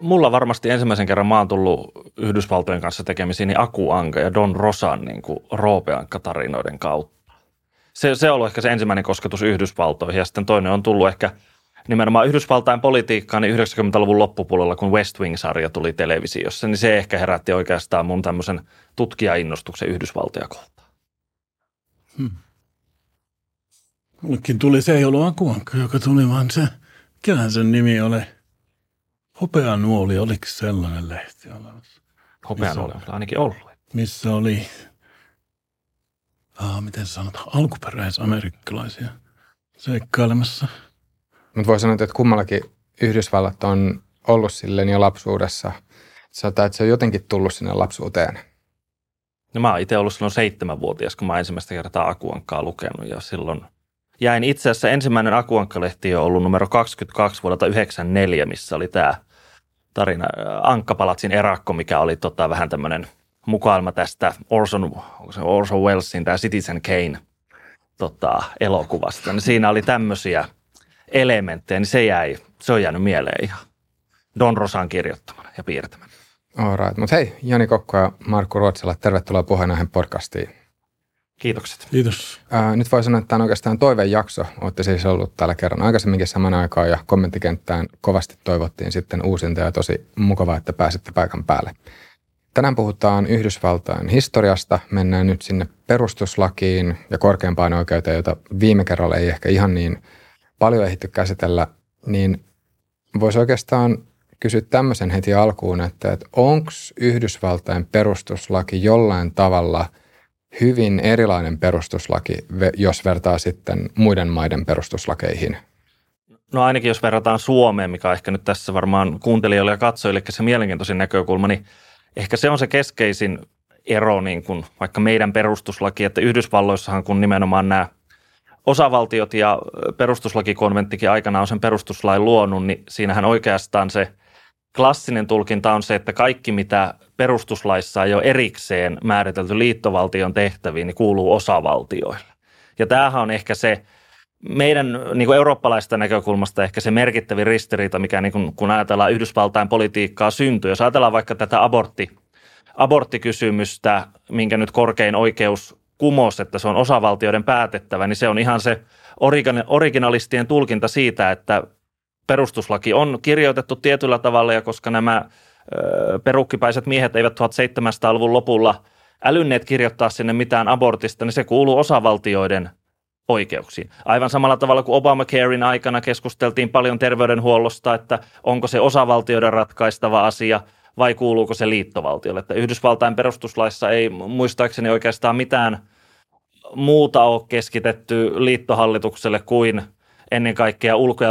mulla varmasti ensimmäisen kerran mä oon tullut Yhdysvaltojen kanssa tekemisiin niin Aku Anka ja Don Rosan niin kuin roopeankka-tarinoiden kautta. Se on ollut ehkä se ensimmäinen kosketus Yhdysvaltoihin ja sitten toinen on tullut ehkä nimenomaan Yhdysvaltain politiikkaan niin 90-luvun loppupuolella, kun West Wing-sarja tuli televisiossa, niin se ehkä herätti oikeastaan mun tämmöisen tutkijainnostuksen Yhdysvaltoja kohtaan. Mullekin tuli se ei ollut Aku Ankka, joka tuli, vaan se, mikähän sen nimi oli? Hopeanuoli, oliko sellainen lehti olemassa? Hopeanuoli on ainakin ollut. Missä oli, miten sanotaan, alkuperäisamerikkalaisia seikkailemassa. Mutta voi sanoa, että kummallakin Yhdysvallat on ollut silleen jo lapsuudessa. Sanotaan, että se on jotenkin tullut sinne lapsuuteen. No mä oon itse ollut silloin 7-vuotias, kun mä ensimmäistä kertaa Aku Ankkaa lukenut ja silloin jäin itse asiassa ensimmäinen Aku Ankka-lehti on ollut numero 22 vuodelta 1994, missä oli tämä tarina Ankkapalatsin erakko, mikä oli vähän tämmöinen mukailma tästä Orson Wellesin tämä Citizen Kane elokuvasta. Niin siinä oli tämmöisiä elementtejä, niin se on jäänyt mieleen ihan Don Rosan kirjoittamana ja piirtämänä. All right. Mutta hei, Jani Kokko ja Markku Ruotsala, tervetuloa Puheenaiheen podcastiin. Kiitokset. Kiitos. Nyt voi sanoa, että tämä on oikeastaan toivejakso. Olette siis ollut täällä kerran aikaisemminkin saman aikaan ja kommenttikenttään kovasti toivottiin sitten uusinta ja tosi mukavaa, että pääsitte paikan päälle. Tänään puhutaan Yhdysvaltain historiasta. Mennään nyt sinne perustuslakiin ja korkeimpaan oikeuteen, jota viime kerralla ei ehkä ihan niin paljon ehditty käsitellä. Niin voisi oikeastaan kysyä tämmöisen heti alkuun, että onko Yhdysvaltain perustuslaki jollain tavalla hyvin erilainen perustuslaki, jos vertaa sitten muiden maiden perustuslakeihin? No ainakin jos verrataan Suomeen, mikä on ehkä nyt tässä varmaan kuuntelijoille ja katsojille se mielenkiintoisin näkökulma, niin ehkä se on se keskeisin ero niin kuin vaikka meidän perustuslaki, että Yhdysvalloissahan kun nimenomaan nämä osavaltiot ja perustuslakikonventtikin aikana on sen perustuslain luonut, niin siinähän oikeastaan se klassinen tulkinta on se, että kaikki mitä perustuslaissa ei ole erikseen määritelty liittovaltion tehtäviin, niin kuuluu osavaltioille. Ja tämähän on ehkä se meidän niin kuin eurooppalaista näkökulmasta ehkä se merkittävin ristiriita, mikä niin kuin, kun ajatellaan Yhdysvaltain politiikkaa syntyy. Jos ajatellaan vaikka tätä aborttikysymystä, minkä nyt korkein oikeus kumosi, että se on osavaltioiden päätettävä, niin se on ihan se originalistien tulkinta siitä, että perustuslaki on kirjoitettu tietyllä tavalla, ja koska nämä perukkipäiset miehet eivät 1700-luvun lopulla älynneet kirjoittaa sinne mitään abortista, niin se kuuluu osavaltioiden oikeuksiin. Aivan samalla tavalla kuin Obamacaren aikana keskusteltiin paljon terveydenhuollosta, että onko se osavaltioiden ratkaistava asia vai kuuluuko se liittovaltiolle. Että Yhdysvaltain perustuslaissa ei muistaakseni oikeastaan mitään muuta ole keskitetty liittohallitukselle kuin ennen kaikkea ulko-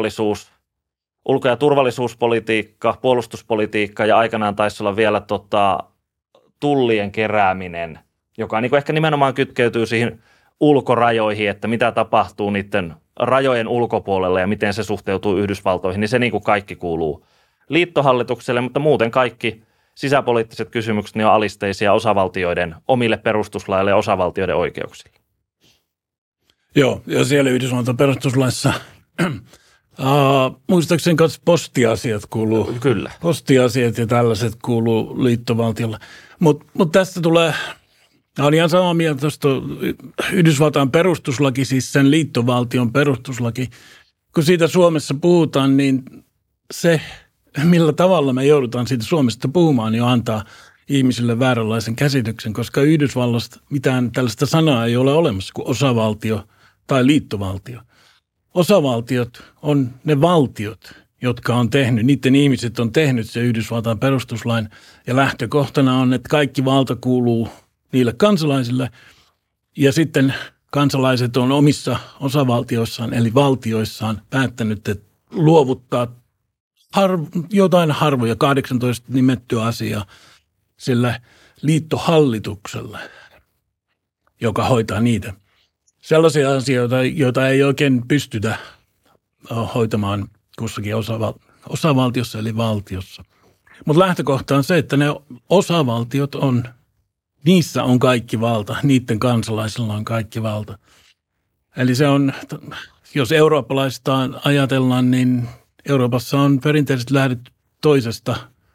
ja turvallisuuspolitiikka, puolustuspolitiikka ja aikanaan taisi olla vielä tullien kerääminen, joka niin kuin ehkä nimenomaan kytkeytyy siihen ulkorajoihin, että mitä tapahtuu niiden rajojen ulkopuolella ja miten se suhteutuu Yhdysvaltoihin, niin se niin kuin kaikki kuuluu liittohallitukselle, mutta muuten kaikki sisäpoliittiset kysymykset niin on alisteisia osavaltioiden omille perustuslaille ja osavaltioiden oikeuksille. Joo, ja siellä Yhdysvaltain perustuslaissa muistaakseni kanssa postiasiat kuuluu. Kyllä. Postiasiat ja tällaiset kuuluu liittovaltiolle. Mutta tästä tulee, on ihan samaa mieltä tuosta Yhdysvaltain perustuslaki, siis sen liittovaltion perustuslaki. Kun siitä Suomessa puhutaan, niin se, millä tavalla me joudutaan siitä Suomesta puhumaan, niin antaa ihmisille vääränlaisen käsityksen, koska Yhdysvallasta mitään tällaista sanaa ei ole olemassa kuin osavaltio tai liittovaltio. Osavaltiot on ne valtiot, jotka on tehnyt, niiden ihmiset on tehnyt se Yhdysvaltain perustuslain ja lähtökohtana on, että kaikki valta kuuluu niille kansalaisille ja sitten kansalaiset on omissa osavaltioissaan eli valtioissaan päättänyt, että luovuttaa jotain harvoja 18 nimettyä asiaa sillä liittohallitukselle, joka hoitaa niitä. Sellaisia asioita, joita ei oikein pystytä hoitamaan kussakin osavaltiossa eli valtiossa. Mutta lähtökohta on se, että ne osavaltiot niissä on kaikki valta, niiden kansalaisilla on kaikki valta. Eli se on, jos eurooppalaistaan ajatellaan, niin Euroopassa on perinteisesti lähdetty toisesta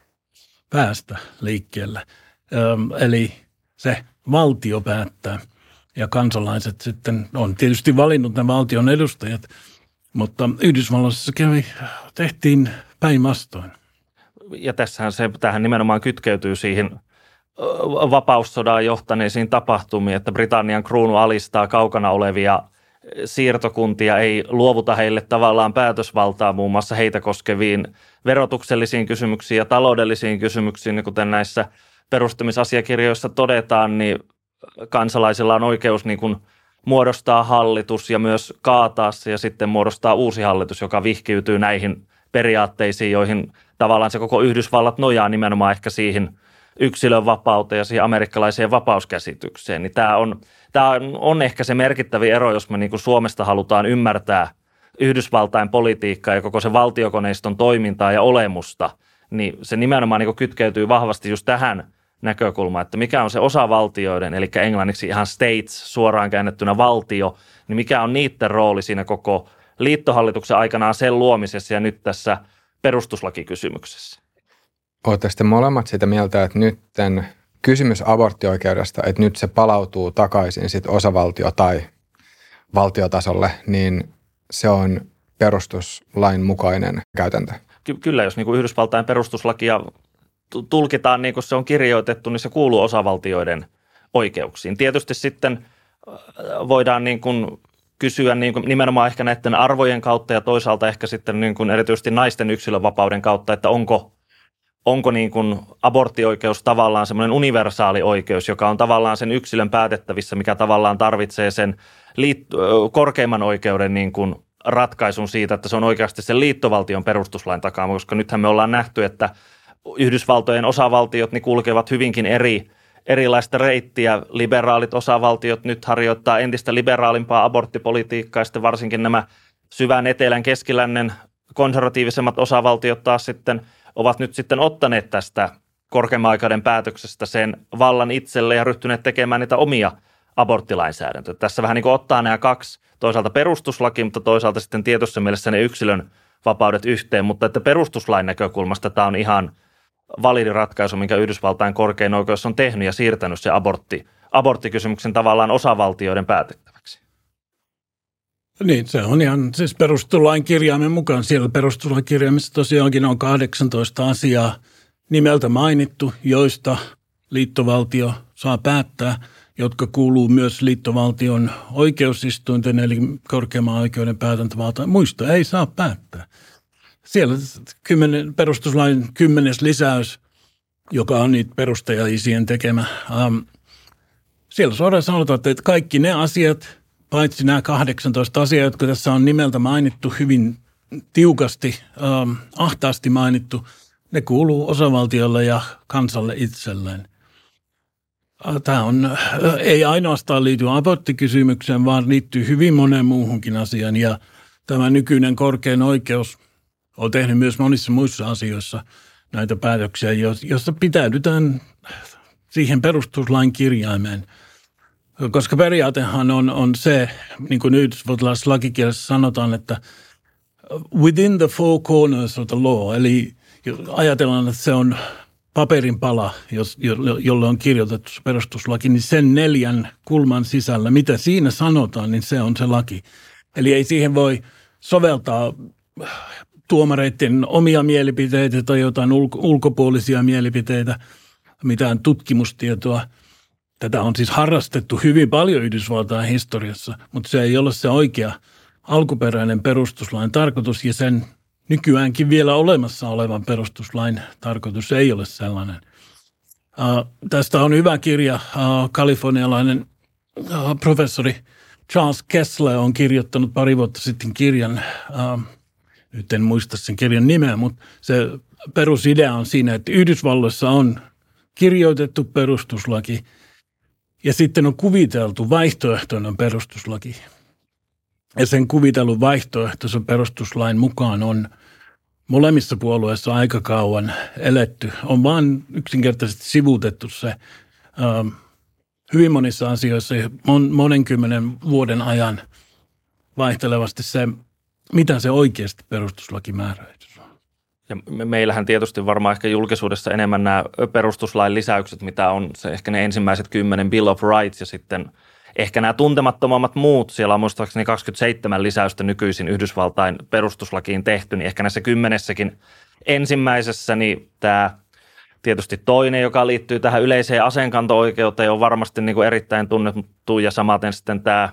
päästä liikkeelle. Eli se valtio päättää ja kansalaiset sitten on tietysti valinnut ne valtion edustajat, mutta Yhdysvalloissa tehtiin päinvastoin. Ja tähän nimenomaan kytkeytyy siihen vapaussodan johtaneisiin tapahtumiin, että Britannian kruunu alistaa kaukana olevia siirtokuntia, ei luovuta heille tavallaan päätösvaltaa muun muassa heitä koskeviin verotuksellisiin kysymyksiin ja taloudellisiin kysymyksiin, kuten näissä perustamisasiakirjoissa todetaan, niin kansalaisilla on oikeus niin kuin muodostaa hallitus ja myös kaataa se ja sitten muodostaa uusi hallitus, joka vihkiytyy näihin periaatteisiin, joihin tavallaan se koko Yhdysvallat nojaa nimenomaan ehkä siihen yksilön vapauteen ja siihen amerikkalaiseen vapauskäsitykseen. Niin tämä on ehkä se merkittävin ero, jos me niin kuin Suomesta halutaan ymmärtää Yhdysvaltain politiikkaa ja koko se valtiokoneiston toimintaa ja olemusta, niin se nimenomaan niin kuin kytkeytyy vahvasti just tähän näkökulmaan, että mikä on se osavaltioiden, eli englanniksi ihan states, suoraan käännettynä valtio, niin mikä on niiden rooli siinä koko liittohallituksen aikanaan sen luomisessa ja nyt tässä perustuslakikysymyksessä. Oletteko te molemmat sitä mieltä, että nyt kysymys aborttioikeudesta, että nyt se palautuu takaisin sitten osavaltio- tai valtiotasolle, niin se on perustuslain mukainen käytäntö? Kyllä, jos niin kuin Yhdysvaltain perustuslakia tulkitaan niin kuin se on kirjoitettu, niin se kuuluu osavaltioiden oikeuksiin. Tietysti sitten voidaan niin kuin kysyä niin kuin nimenomaan ehkä näiden arvojen kautta ja toisaalta ehkä sitten niin kuin erityisesti naisten yksilönvapauden kautta, että onko niin kuin aborttioikeus tavallaan semmoinen universaali oikeus, joka on tavallaan sen yksilön päätettävissä, mikä tavallaan tarvitsee sen korkeimman oikeuden niin kuin ratkaisun siitä, että se on oikeasti sen liittovaltion perustuslain takana, koska nythän me ollaan nähty, että Yhdysvaltojen osavaltiot niin kulkevat hyvinkin erilaista reittiä. Liberaalit osavaltiot nyt harjoittaa entistä liberaalimpaa aborttipolitiikkaa ja sitten varsinkin nämä syvän etelän keskilännen konservatiivisemmat osavaltiot taas sitten ovat nyt sitten ottaneet tästä korkeimman oikeuden päätöksestä sen vallan itselle ja ryhtyneet tekemään niitä omia aborttilainsäädäntöjä. Tässä vähän niin kuin ottaa nämä kaksi, toisaalta perustuslaki, mutta toisaalta sitten tietyssä mielessä ne yksilön vapaudet yhteen, mutta että perustuslain näkökulmasta tämä on ihan validi ratkaisu, minkä Yhdysvaltain korkein oikeus on tehnyt ja siirtänyt se aborttikysymyksen tavallaan osavaltioiden päätettäväksi. Niin, se on ihan siis perustuslain kirjaimen mukaan. Siellä perustuslain kirjaimissa tosiaankin on 18 asiaa nimeltä mainittu, joista liittovaltio saa päättää, jotka kuuluu myös liittovaltion oikeusistuinten eli korkeimman oikeuden päätäntävaltaan. Muista ei saa päättää. Siellä perustuslain 10. lisäys, joka on niitä perustajaisien tekemä. Siellä suoraan sanotaan, että kaikki ne asiat, paitsi nämä 18 asiaa, jotka tässä on nimeltä mainittu hyvin tiukasti, ahtaasti mainittu, ne kuuluu osavaltiolle ja kansalle itselleen. Tämä ei ainoastaan liity aborttikysymykseen, vaan liittyy hyvin moneen muuhunkin asiaan. Ja tämä nykyinen korkein oikeus on tehnyt myös monissa muissa asioissa näitä päätöksiä, joissa pitäydytään siihen perustuslain kirjaimeen. Koska periaatehan on se, niin kuin yhdysvaltalaisessa lakikielessä sanotaan, että within the four corners of the law, eli ajatellaan, että se on paperin pala, jolle on kirjoitettu perustuslaki, niin sen 4 kulman sisällä, mitä siinä sanotaan, niin se on se laki. Eli ei siihen voi soveltaa tuomareiden omia mielipiteitä tai jotain ulkopuolisia mielipiteitä, mitään tutkimustietoa. Tätä on siis harrastettu hyvin paljon Yhdysvaltain historiassa, mutta se ei ole se oikea alkuperäinen perustuslain tarkoitus ja sen nykyäänkin vielä olemassa olevan perustuslain tarkoitus ei ole sellainen. Tästä on hyvä kirja. Kalifornialainen professori Charles Kessler on kirjoittanut pari vuotta sitten kirjan, nyt en muista sen kirjan nimeä, mutta se perusidea on siinä, että Yhdysvalloissa on kirjoitettu perustuslaki ja sitten on kuviteltu vaihtoehtoinen perustuslaki. Ja sen kuvitellun vaihtoehtoisen perustuslain mukaan on molemmissa puolueissa aika kauan eletty. On vaan yksinkertaisesti sivuutettu se hyvin monissa asioissa monenkymmenen vuoden ajan vaihtelevasti se, mitä se oikeasti perustuslaki määräys on. Ja meillähän tietysti varmaan ehkä julkisuudessa enemmän nämä perustuslain lisäykset, mitä on se ehkä ne ensimmäiset 10 Bill of Rights ja sitten ehkä nämä tuntemattomammat muut, siellä on muistaakseni 27 lisäystä nykyisin Yhdysvaltain perustuslakiin tehty, niin ehkä näissä 10:ssäkin ensimmäisessä, niin tämä tietysti toinen, joka liittyy tähän yleiseen aseenkanto-oikeuteen, on varmasti niin kuin erittäin tunnettu ja samaten sitten tämä,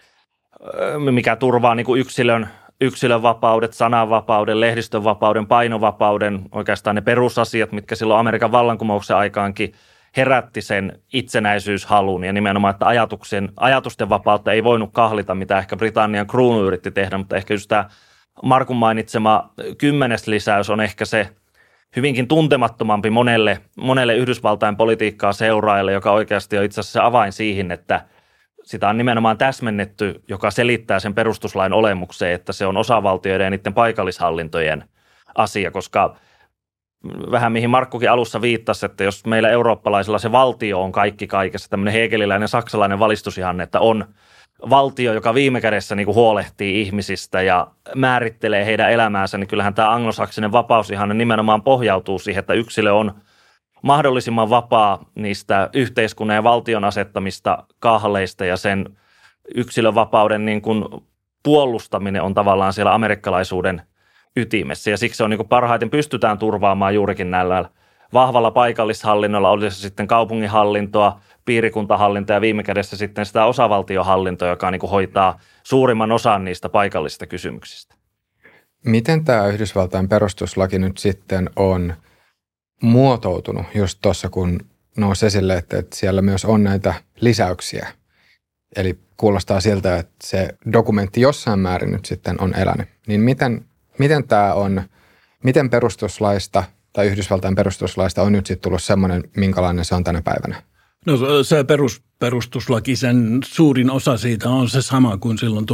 mikä turvaa niin kuin yksilön vapaudet, sananvapauden, lehdistön vapauden, painovapauden, oikeastaan ne perusasiat, mitkä silloin Amerikan vallankumouksen aikaankin herätti sen itsenäisyyshalun ja nimenomaan, että ajatusten vapautta ei voinut kahlita, mitä ehkä Britannian kruunu yritti tehdä, mutta ehkä just tämä Markun mainitsema 10. lisäys on ehkä se hyvinkin tuntemattomampi monelle Yhdysvaltain politiikkaa seuraajalle, joka oikeasti on itse asiassa avain siihen, että sitä on nimenomaan täsmennetty, joka selittää sen perustuslain olemukseen, että se on osavaltioiden ja niiden paikallishallintojen asia, koska vähän mihin Markkukin alussa viittasi, että jos meillä eurooppalaisilla se valtio on kaikki kaikessa, tämmöinen hegeliläinen saksalainen valistusihanne, että on valtio, joka viime kädessä niin kuin huolehtii ihmisistä ja määrittelee heidän elämäänsä, niin kyllähän tämä anglosaksinen vapausihanne nimenomaan pohjautuu siihen, että yksilö on mahdollisimman vapaa niistä yhteiskunnan ja valtion asettamista kahleista ja sen yksilön vapauden niin kuin puolustaminen on tavallaan siellä amerikkalaisuuden ytimessä ja siksi se on niin kuin parhaiten pystytään turvaamaan juurikin näillä vahvalla paikallishallinnolla, oli se sitten kaupunginhallintoa, piirikuntahallintoa ja viime kädessä sitten sitä osavaltiohallintoa, joka niin kuin hoitaa suurimman osan niistä paikallisista kysymyksistä. Miten tämä Yhdysvaltain perustuslaki nyt sitten on muotoutunut just tuossa, kun nousi esille, että siellä myös on näitä lisäyksiä? Eli kuulostaa siltä, että se dokumentti jossain määrin nyt sitten on elänyt. Niin miten tämä on, miten perustuslaista tai Yhdysvaltain perustuslaista on nyt sitten tullut semmoinen, minkälainen se on tänä päivänä? No se perustuslaki, sen suurin osa siitä on se sama kuin silloin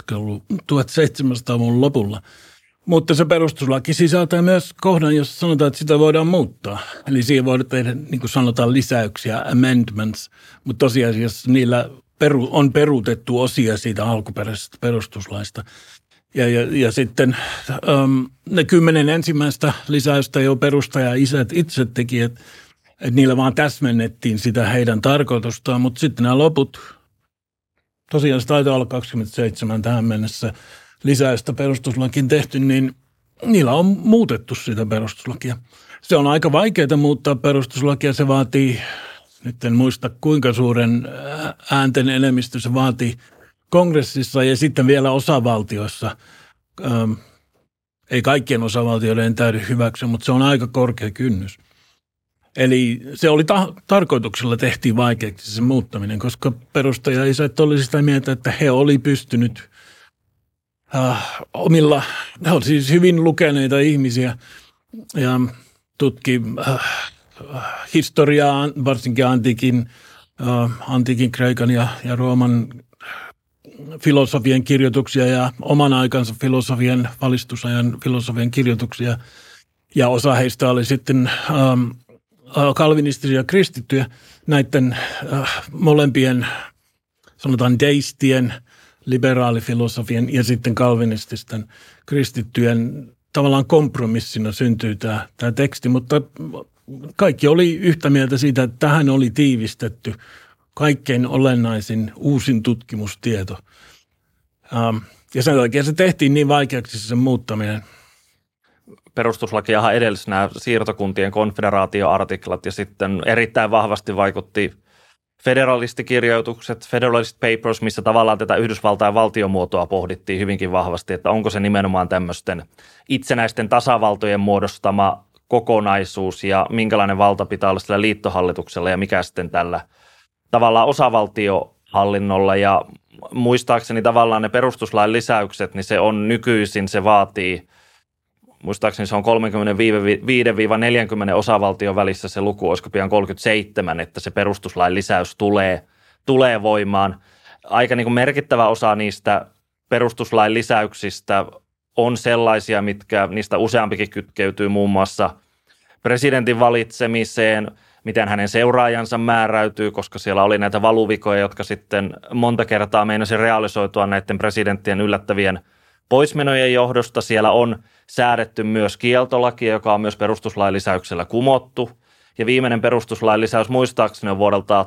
1700-luvun lopulla. Mutta se perustuslaki sisältää myös kohdan, jossa sanotaan, että sitä voidaan muuttaa. Eli siihen voidaan tehdä, niin kuin sanotaan, lisäyksiä, amendments, mutta tosiasiassa niillä on peruutettu osia siitä alkuperäisestä perustuslaista. Ja sitten ne 10 ensimmäistä lisäystä jo perustaja-isät itse teki, että niillä vaan täsmennettiin sitä heidän tarkoitustaan, mutta sitten nämä loput, tosiaan se taitaa olla 27 tähän mennessä lisäystä perustuslakiin tehty, niin niillä on muutettu sitä perustuslakia. Se on aika vaikeaa muuttaa perustuslakia, se vaatii, nyt en muista kuinka suuren äänten enemmistö se vaatii kongressissa ja sitten vielä osavaltioissa. Ei kaikkien osavaltioiden täydy hyväksyä, mutta se on aika korkea kynnys. Eli se oli tarkoituksella tehtiin vaikeaksi se muuttaminen, koska perustaja-isät oli sitä mieltä, että he oli pystynyt ne on siis hyvin lukeneita ihmisiä ja tutki historiaa, varsinkin antiikin Kreikan ja Rooman filosofien kirjoituksia ja oman aikansa valistusajan filosofian kirjoituksia. Ja osa heistä oli sitten kalvinistisia kristittyjä näiden molempien, sanotaan deistien, liberaalifilosofien ja sitten kalvinististen kristittyjen tavallaan kompromissina syntyy tämä teksti, mutta kaikki oli yhtä mieltä siitä, että tähän oli tiivistetty kaikkein olennaisin uusin tutkimustieto. Ja sen takia se tehtiin niin vaikeaksi sen muuttaminen. Perustuslakiahan edelsi nämä siirtokuntien konfederaatioartiklat ja sitten erittäin vahvasti vaikutti federalistikirjoitukset, Federalist Papers, missä tavallaan tätä Yhdysvaltain valtiomuotoa pohdittiin hyvinkin vahvasti, että onko se nimenomaan tämmöisten itsenäisten tasavaltojen muodostama kokonaisuus ja minkälainen valta pitää olla sillä liittohallituksella ja mikä sitten tällä tavallaan osavaltiohallinnolla ja muistaakseni tavallaan ne perustuslain lisäykset, niin se on nykyisin, se vaatii, muistaakseni se on 35-40 osavaltion välissä se luku, olisiko pian 37, että se perustuslain lisäys tulee voimaan. Aika niin kuin merkittävä osa niistä perustuslain lisäyksistä on sellaisia, mitkä niistä useampikin kytkeytyy muun muassa presidentin valitsemiseen, miten hänen seuraajansa määräytyy, koska siellä oli näitä valuvikoja, jotka sitten monta kertaa meinasi realisoitua näiden presidenttien yllättävien poismenojen johdosta. Siellä on säädetty myös kieltolaki, joka on myös perustuslain lisäyksellä kumottu. Ja viimeinen perustuslain lisäys muistaakseni on vuodelta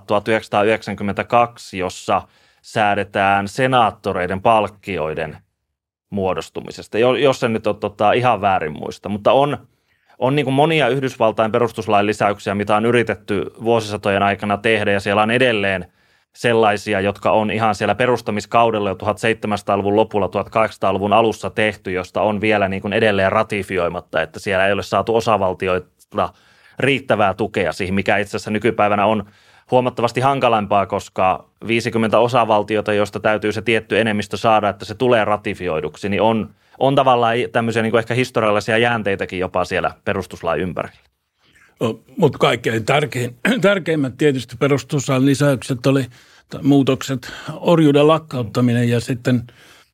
1992, jossa säädetään senaattoreiden palkkioiden muodostumisesta, jos en nyt ole ihan väärin muista. Mutta on niin kuin monia Yhdysvaltain perustuslain lisäyksiä, mitä on yritetty vuosisatojen aikana tehdä, ja siellä on edelleen sellaisia, jotka on ihan siellä perustamiskaudella jo 1700-luvun lopulla, 1800-luvun alussa tehty, josta on vielä niin kuin edelleen ratifioimatta, että siellä ei ole saatu osavaltioita riittävää tukea siihen, mikä itse asiassa nykypäivänä on huomattavasti hankalampaa, koska 50 osavaltiota, joista täytyy se tietty enemmistö saada, että se tulee ratifioiduksi, niin on tavallaan tämmöisiä niin kuin ehkä historiallisia jäänteitäkin jopa siellä perustuslain ympärillä. Mutta kaikkein tärkeimmät tietysti perustuslain lisäykset oli muutokset, orjuuden lakkauttaminen ja sitten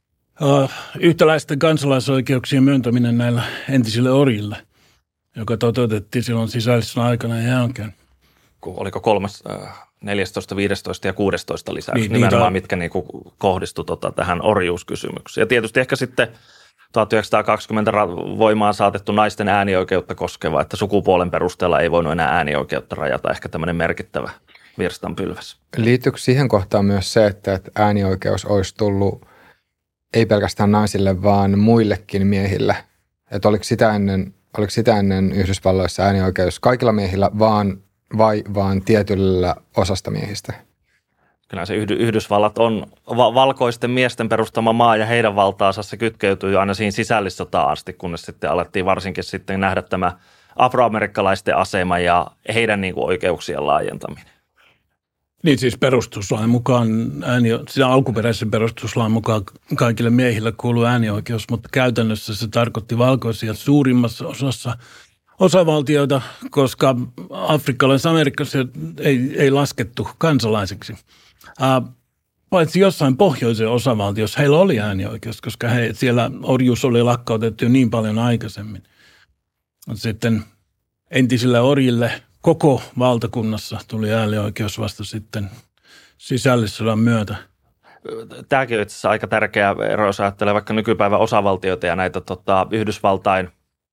yhtäläisten kansalaisoikeuksien myöntäminen näillä entisille orjille, joka toteutettiin silloin sisällissodan aikana ja jälkeen. Oliko 14, 15 ja 16 lisäys nimenomaan, mitkä niinku kohdistui tähän orjuuskysymykseen. Ja tietysti ehkä sitten 1920 voimaan saatettu naisten äänioikeutta koskeva, että sukupuolen perusteella ei voinut enää äänioikeutta rajata, ehkä tämmöinen merkittävä virstanpylväs. Liittyykö siihen kohtaan myös se, että äänioikeus olisi tullut ei pelkästään naisille, vaan muillekin miehille? Että oliko sitä ennen Yhdysvalloissa äänioikeus kaikilla miehillä vai vaan tietyllä osasta miehistä? Kyllä se Yhdysvallat on valkoisten miesten perustama maa ja heidän valtaansa se kytkeytyy aina siinä sisällissotaan asti, kunnes sitten alettiin varsinkin sitten nähdä tämä afroamerikkalaisten asema ja heidän niin kuin oikeuksien laajentaminen. Niin siis perustuslain mukaan, sitä alkuperäisen perustuslain mukaan kaikille miehille kuuluu äänioikeus, mutta käytännössä se tarkoitti valkoisia suurimmassa osassa osavaltioita, koska afrikkalais-Amerikassa ei laskettu kansalaisiksi. Paitsi jossain pohjoisen osavaltiossa heillä oli äänioikeus, koska siellä orjuus oli lakkautettu jo niin paljon aikaisemmin. Sitten entisille orjille koko valtakunnassa tuli äänioikeus vasta sitten sisällissodan myötä. Tämäkin on itse asiassa aika tärkeä ero, jos ajattelee vaikka nykypäivän osavaltioita ja näitä Yhdysvaltain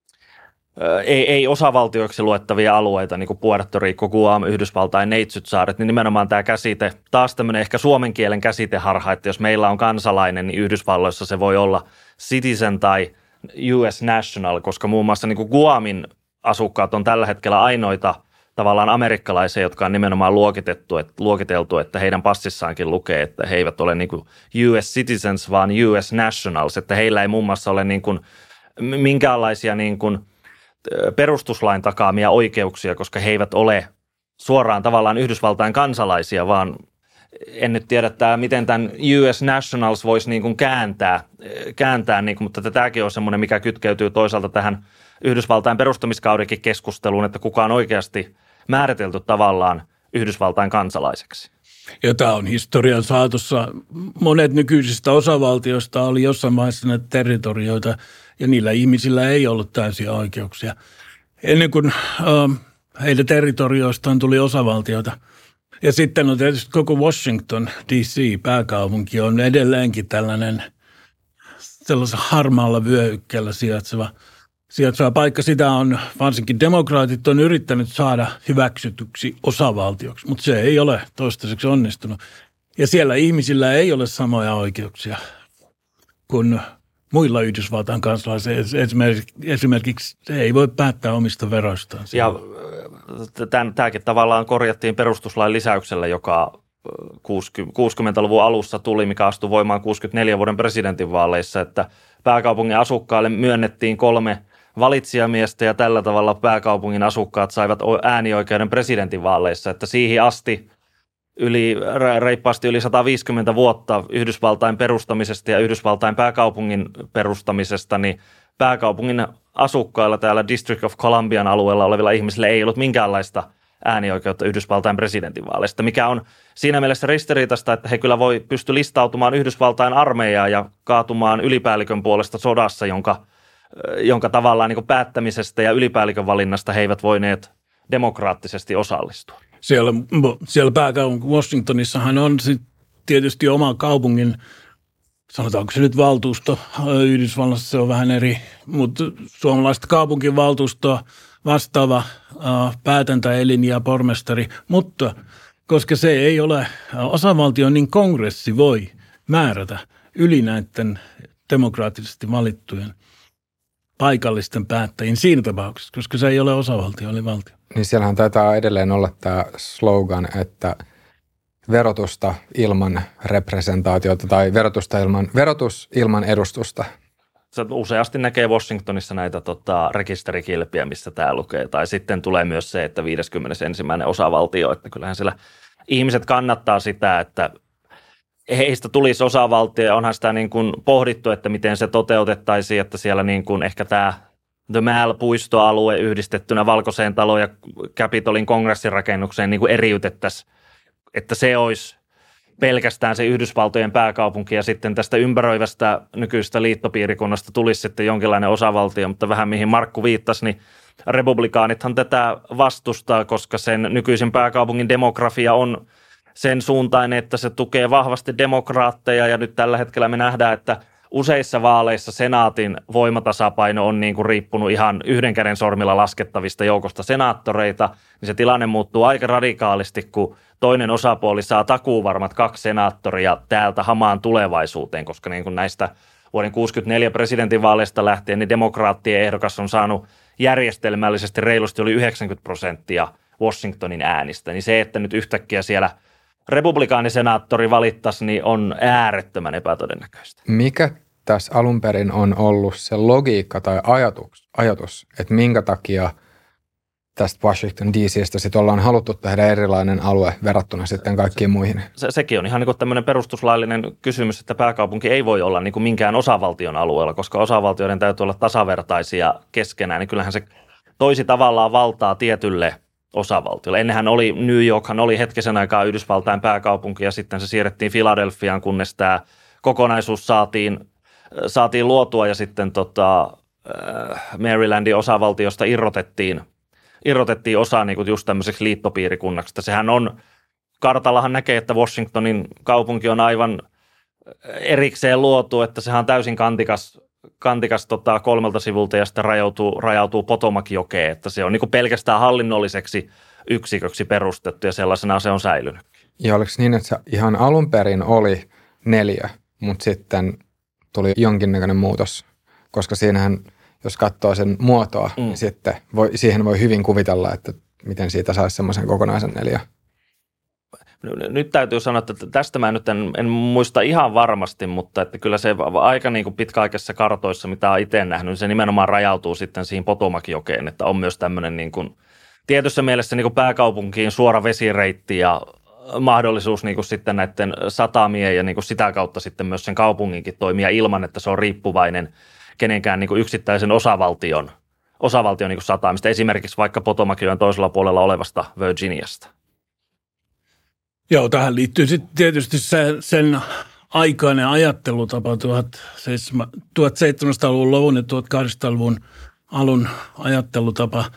ei osavaltioiksi luettavia alueita, niin kuin Puerto Rico, Guam, Yhdysvaltain Neitsytsaaret, niin nimenomaan tämä käsite, taas tämmöinen ehkä suomen kielen käsiteharha, että jos meillä on kansalainen, niin Yhdysvalloissa se voi olla citizen tai US national, koska muun muassa niin kuin Guamin asukkaat on tällä hetkellä ainoita tavallaan amerikkalaisia, jotka on nimenomaan luokiteltu, että heidän passissaankin lukee, että he eivät ole niin kuin US citizens, vaan US nationals, että heillä ei muun muassa ole niin kuin minkäänlaisia niin kuin perustuslain takaamia oikeuksia, koska he eivät ole suoraan tavallaan Yhdysvaltain kansalaisia, vaan en nyt tiedä, miten tämän US Nationals voisi niin kuin kääntää niin kuin, mutta tämäkin on semmoinen, mikä kytkeytyy toisaalta tähän Yhdysvaltain perustamiskaudenkin keskusteluun, että kuka on oikeasti määritelty tavallaan Yhdysvaltain kansalaiseksi. Ja tämä on historian saatossa. Monet nykyisistä osavaltioista oli jossain vaiheessa näitä territorioita, ja niillä ihmisillä ei ollut täysiä oikeuksia. Ennen kuin heidän territorioistaan tuli osavaltioita. Ja sitten on tietysti koko Washington, D.C., pääkaupunki, on edelleenkin tällainen sellaisen harmaalla vyöhykkeellä sijaitseva paikka. Sitä on varsinkin demokraatit on yrittänyt saada hyväksytyksi osavaltioksi, mutta se ei ole toistaiseksi onnistunut. Ja siellä ihmisillä ei ole samoja oikeuksia kuin muilla Yhdysvaltain kansalaisilla. Esimerkiksi he ei voi päättää omista veroistaan. Ja tämäkin tavallaan korjattiin perustuslain lisäyksellä, joka 60-luvun alussa tuli, mikä astui voimaan 64 vuoden presidentinvaaleissa, että pääkaupungin asukkaille myönnettiin 3 valitsijamiestä ja tällä tavalla pääkaupungin asukkaat saivat äänioikeuden presidentinvaaleissa, että siihen asti reippaasti yli 150 vuotta Yhdysvaltain perustamisesta ja Yhdysvaltain pääkaupungin perustamisesta, niin pääkaupungin asukkailla täällä District of Columbian alueella olevilla ihmisillä ei ollut minkäänlaista äänioikeutta Yhdysvaltain presidentinvaaleista, mikä on siinä mielessä ristiriitaista, että he kyllä pysty listautumaan Yhdysvaltain armeijaan ja kaatumaan ylipäällikön puolesta sodassa, jonka tavallaan niin kuin päättämisestä ja ylipäällikön valinnasta he eivät voineet demokraattisesti osallistua. Siellä pääkaupungin Washingtonissahan on tietysti oma kaupungin sanotaanko se nyt valtuusto, Yhdysvallassa se on vähän eri, mutta suomalaista kaupunkivaltuustoa vastaava päätäntäelin ja pormestari, mutta koska se ei ole osavaltio, niin kongressi voi määrätä yli näiden demokraattisesti valittujen paikallisten päättäjien siinä tapauksessa, koska se ei ole osavaltio, eli valtio. Niin siellähän taitaa edelleen olla tämä slogan, että verotusta ilman representaatiota tai verotus ilman edustusta. Sä useasti näkee Washingtonissa näitä rekisterikilpiä, missä tämä lukee. Tai sitten tulee myös se, että 51. osavaltio, että kyllähän siellä ihmiset kannattaa sitä, että heistä tulisi osavaltio. Onhan sitä niin kuin pohdittu, että miten se toteutettaisiin, että siellä niin kuin ehkä tämä The Mall-puistoalue yhdistettynä Valkoiseen taloon ja Capitolin kongressirakennukseen niin kuin eriytettäisiin, että se olisi pelkästään se Yhdysvaltojen pääkaupunki ja sitten tästä ympäröivästä nykyistä liittopiirikunnasta tulisi sitten jonkinlainen osavaltio, mutta vähän mihin Markku viittasi, niin republikaanithan tätä vastustaa, koska sen nykyisen pääkaupungin demografia on sen suuntainen, että se tukee vahvasti demokraatteja ja nyt tällä hetkellä me nähdään, että useissa vaaleissa senaatin voimatasapaino on niin kuin riippunut ihan yhden käden sormilla laskettavista joukosta senaattoreita, niin se tilanne muuttuu aika radikaalisti, kun toinen osapuoli saa takuuvarmat 2 senaattoria täältä hamaan tulevaisuuteen, koska niin kuin näistä vuoden 1964 presidentinvaaleista lähtien niin demokraattien ehdokas on saanut järjestelmällisesti reilusti yli 90% Washingtonin äänistä, niin se, että nyt yhtäkkiä siellä republikaanisenaattori valittaisi, niin on äärettömän epätodennäköistä. Mikä tässä alun perin on ollut se logiikka tai ajatus, että minkä takia tästä Washington DC:stä sitten ollaan haluttu tehdä erilainen alue verrattuna sitten kaikkiin muihin? Sekin on ihan niin kuin tämmöinen perustuslaillinen kysymys, että pääkaupunki ei voi olla niin kuin minkään osavaltion alueella, koska osavaltioiden täytyy olla tasavertaisia keskenään, niin kyllähän se toisi tavallaan valtaa tietylle osavaltiolle. Ennenhän oli, New Yorkhan oli hetkisen aikaa Yhdysvaltain pääkaupunki ja sitten se siirrettiin Philadelphiaan, kunnes tämä kokonaisuus saatiin luotua ja sitten Marylandin osavaltiosta irrotettiin osa niin kuin just tämmöiseksi liittopiirikunnaksi. Sehän on, kartallahan näkee, että Washingtonin kaupunki on aivan erikseen luotu, että sehän on täysin kantikas 3 sivulta ja sitten rajautuu Potomac-jokeen, että se on niin kuin pelkästään hallinnolliseksi yksiköksi perustettu ja sellaisena se on säilynyt. Ja oliko niin, että se ihan alun perin oli 4, mutta sitten tuli jonkinnäköinen muutos, koska siinähän, jos katsoo sen muotoa, niin sitten siihen voi hyvin kuvitella, että miten siitä saisi semmoisen kokonaisen 4. Nyt täytyy sanoa, että tästä mä nyt en muista ihan varmasti, mutta että kyllä se aika niin kuin pitkäaikaisissa kartoissa, mitä olen itse nähnyt, niin se nimenomaan rajautuu sitten siihen Potomac-jokeen, että on myös tämmöinen niin kuin, tietyssä mielessä niin kuin pääkaupunkiin suora vesireitti ja mahdollisuus niin kuin sitten näiden satamien ja niin kuin sitä kautta sitten myös sen kaupunginkin toimia ilman, että se on riippuvainen kenenkään niin kuin yksittäisen osavaltion niin kuin satamista, esimerkiksi vaikka Potomacjoen toisella puolella olevasta Virginiasta. Joo, tähän liittyy sitten tietysti sen aikainen ajattelutapa 1700-luvun lopun ja 1800-luvun alun ajattelutapa,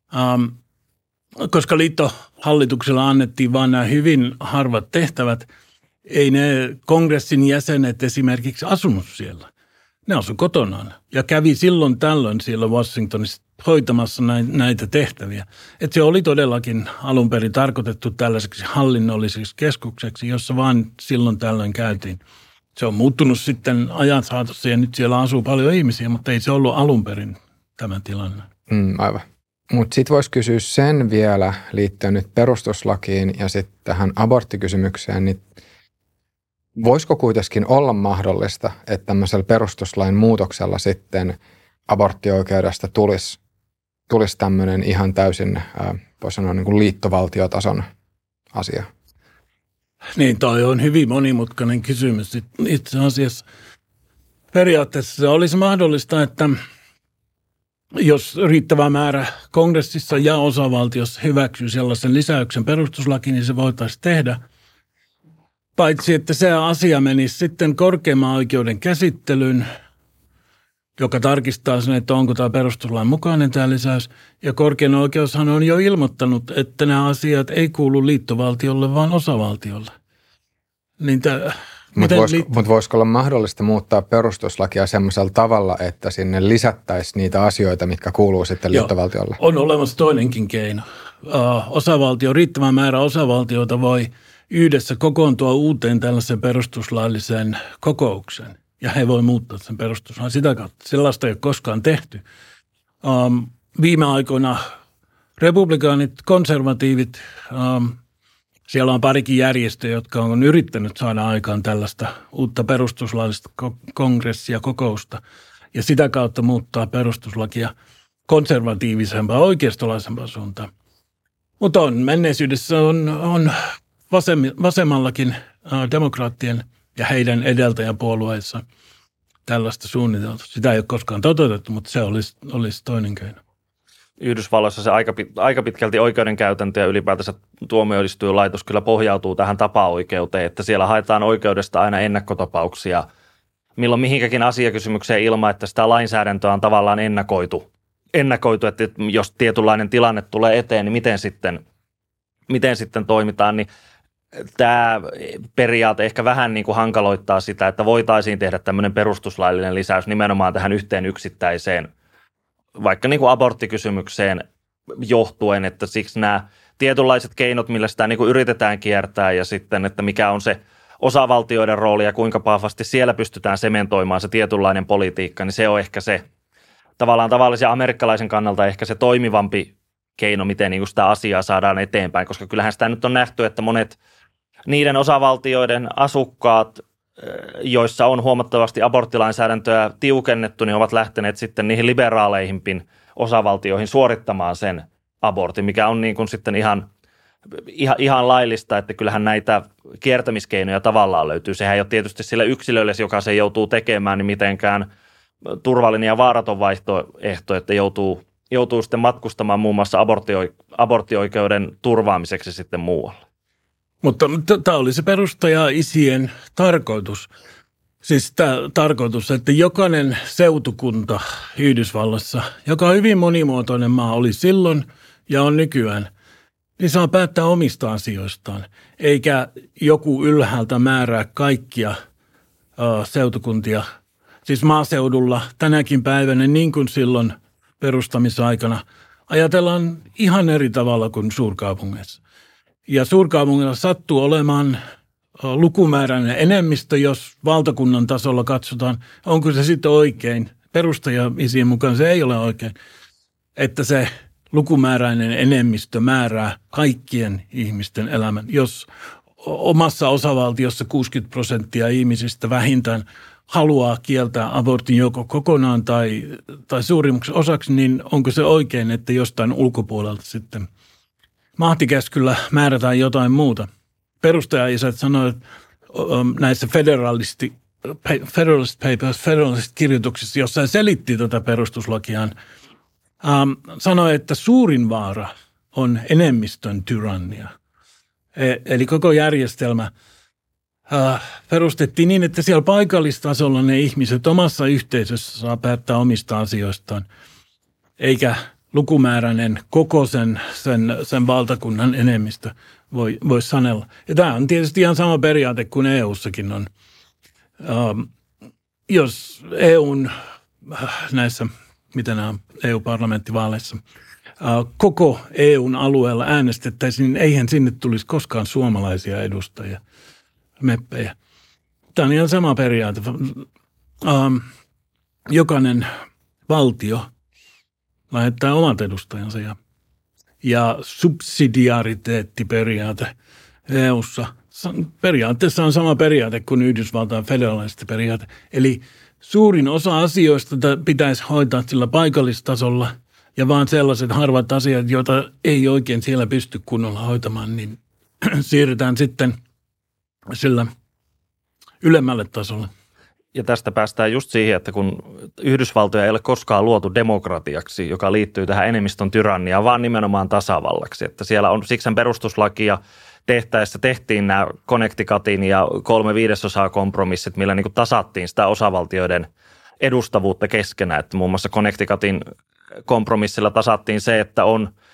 koska liittohallituksella annettiin vain nämä hyvin harvat tehtävät, ei ne kongressin jäsenet esimerkiksi asunut siellä. Ne asu kotonaan ja kävi silloin tällöin siellä Washingtonissa hoitamassa näitä tehtäviä. Että se oli todellakin alun perin tarkoitettu tällaiseksi hallinnolliseksi keskukseksi, jossa vaan silloin tällöin käytiin. Se on muuttunut sitten ajan saatossa ja nyt siellä asuu paljon ihmisiä, mutta ei se ollut alun perin tämä tilanne. Aivan. Mutta sitten voisi kysyä sen vielä liittyen nyt perustuslakiin ja sitten tähän aborttikysymykseen, niin voisiko kuitenkin olla mahdollista, että tämmöisellä perustuslain muutoksella sitten aborttioikeudesta tulisi tämmöinen ihan täysin, voisi sanoa niin kuin liittovaltiotason asia? Niin, toi on hyvin monimutkainen kysymys. Itse asiassa periaatteessa se olisi mahdollista, että jos riittävä määrä kongressissa ja osavaltiossa hyväksyy sellaisen lisäyksen perustuslakiin, niin se voitaisiin tehdä. Paitsi, että se asia menisi sitten korkeimman oikeuden käsittelyyn, joka tarkistaa sen, että onko tämä perustuslain mukainen tämä lisäys. Ja korkein oikeushan on jo ilmoittanut, että nämä asiat ei kuulu liittovaltiolle, vaan osavaltiolle. Niin Mutta voisiko olla mahdollista muuttaa perustuslakia semmoisella tavalla, että sinne lisättäisiin niitä asioita, mitkä kuuluu sitten liittovaltiolle? On olemassa toinenkin keino. Riittävä määrä osavaltioita voi yhdessä kokoontua uuteen tällaiseen perustuslailliseen kokoukseen. Ja he voi muuttaa sen perustuslain sitä kautta. Sellaista ei ole koskaan tehty. Viime aikoina republikaanit, konservatiivit, siellä on parikin järjestöä, jotka on yrittänyt saada aikaan tällaista uutta perustuslaillista kongressia, kokousta ja sitä kautta muuttaa perustuslakia konservatiivisempaa, oikeistolaisempaa suuntaan. Mutta menneisyydessä on vasemmallakin demokraattien ja heidän edeltäjäpuolueissa tällaista suunniteltu. Sitä ei ole koskaan toteutettu, mutta se olisi toinen keino. Yhdysvalloissa se aika pitkälti oikeudenkäytäntö ja ylipäätänsä tuomioistuinlaitos kyllä pohjautuu tähän tapaoikeuteen, että siellä haetaan oikeudesta aina ennakkotapauksia, milloin mihinkäkin asiakysymykseen ilman, että sitä lainsäädäntöä on tavallaan ennakoitu, että jos tietynlainen tilanne tulee eteen, niin miten sitten toimitaan, niin tämä periaate ehkä vähän niin kuin hankaloittaa sitä, että voitaisiin tehdä tämmöinen perustuslaillinen lisäys nimenomaan tähän yhteen yksittäiseen, vaikka niin kuin aborttikysymykseen johtuen, että siksi nämä tietynlaiset keinot, millä sitä niin kuin yritetään kiertää ja sitten, että mikä on se osavaltioiden rooli ja kuinka vahvasti siellä pystytään sementoimaan se tietynlainen politiikka, niin se on ehkä se tavallaan tavallisen amerikkalaisen kannalta ehkä se toimivampi keino, miten niin kuin sitä asiaa saadaan eteenpäin, koska kyllähän sitä nyt on nähty, että monet niiden osavaltioiden asukkaat, joissa on huomattavasti aborttilainsäädäntöä tiukennettu, niin ovat lähteneet sitten niihin liberaaleihimpin osavaltioihin suorittamaan sen abortin, mikä on niin kuin sitten ihan laillista, että kyllähän näitä kiertämiskeinoja tavallaan löytyy. Sehän ei ole tietysti sille yksilölle, joka se joutuu tekemään, niin mitenkään turvallinen ja vaaraton vaihtoehto, että joutuu sitten matkustamaan muun muassa aborttioikeuden turvaamiseksi sitten muualle. Mutta tämä oli se perustaja-isien tarkoitus. Siis tämä tarkoitus, että jokainen seutukunta Yhdysvallassa, joka on hyvin monimuotoinen maa, oli silloin ja on nykyään, niin saa päättää omista asioistaan, eikä joku ylhäältä määrää kaikkia seutukuntia. Siis maaseudulla tänäkin päivänä, niin kuin silloin perustamisaikana, ajatellaan ihan eri tavalla kuin suurkaupungeissa. Ja suurkaupungilla sattuu olemaan lukumääräinen enemmistö, jos valtakunnan tasolla katsotaan, onko se sitten oikein. Perustaja-isien mukaan se ei ole oikein, että se lukumääräinen enemmistö määrää kaikkien ihmisten elämän. Jos omassa osavaltiossa 60% ihmisistä vähintään haluaa kieltää abortin joko kokonaan tai suurimmaksi osaksi, niin onko se oikein, että jostain ulkopuolelta sitten mahtikäskyllä määrätään jotain muuta? Perustaja-isät sanoivat näissä Federalist-kirjoituksissa, jossa he selitti tätä perustuslakiaan, sanoi, että suurin vaara on enemmistön tyrannia. Eli koko järjestelmä perustettiin niin, että siellä paikallistasolla ne ihmiset omassa yhteisössä saa päättää omista asioistaan, eikä lukumääräinen koko sen valtakunnan enemmistö voi sanella. Ja tämä on tietysti ihan sama periaate kuin EU:ssakin on. Jos EUn näissä, mitä nämä EU-parlamenttivaaleissa, koko EUn alueella äänestettäisiin, niin eihän sinne tulisi koskaan suomalaisia edustajia, meppejä. Tämä on ihan sama periaate. Jokainen valtio lähettää omat edustajansa ja subsidiariteettiperiaate EU:ssa periaatteessa on sama periaate kuin Yhdysvaltain federaalinen periaate. Eli suurin osa asioista pitäisi hoitaa sillä paikallistasolla ja vaan sellaiset harvat asiat, joita ei oikein siellä pysty kunnolla hoitamaan, niin siirretään sitten sillä ylemmälle tasolle. Ja tästä päästään just siihen, että kun Yhdysvaltoja ei ole koskaan luotu demokratiaksi, joka liittyy tähän enemmistön tyranniaan, vaan nimenomaan tasavallaksi. Että siellä on siksi perustuslakia tehtäessä tehtiin nämä Connecticutin ja 3/5 kompromissit, millä niin kuin tasattiin sitä osavaltioiden edustavuutta keskenään. Että muun muassa Connecticutin kompromissilla tasattiin se, että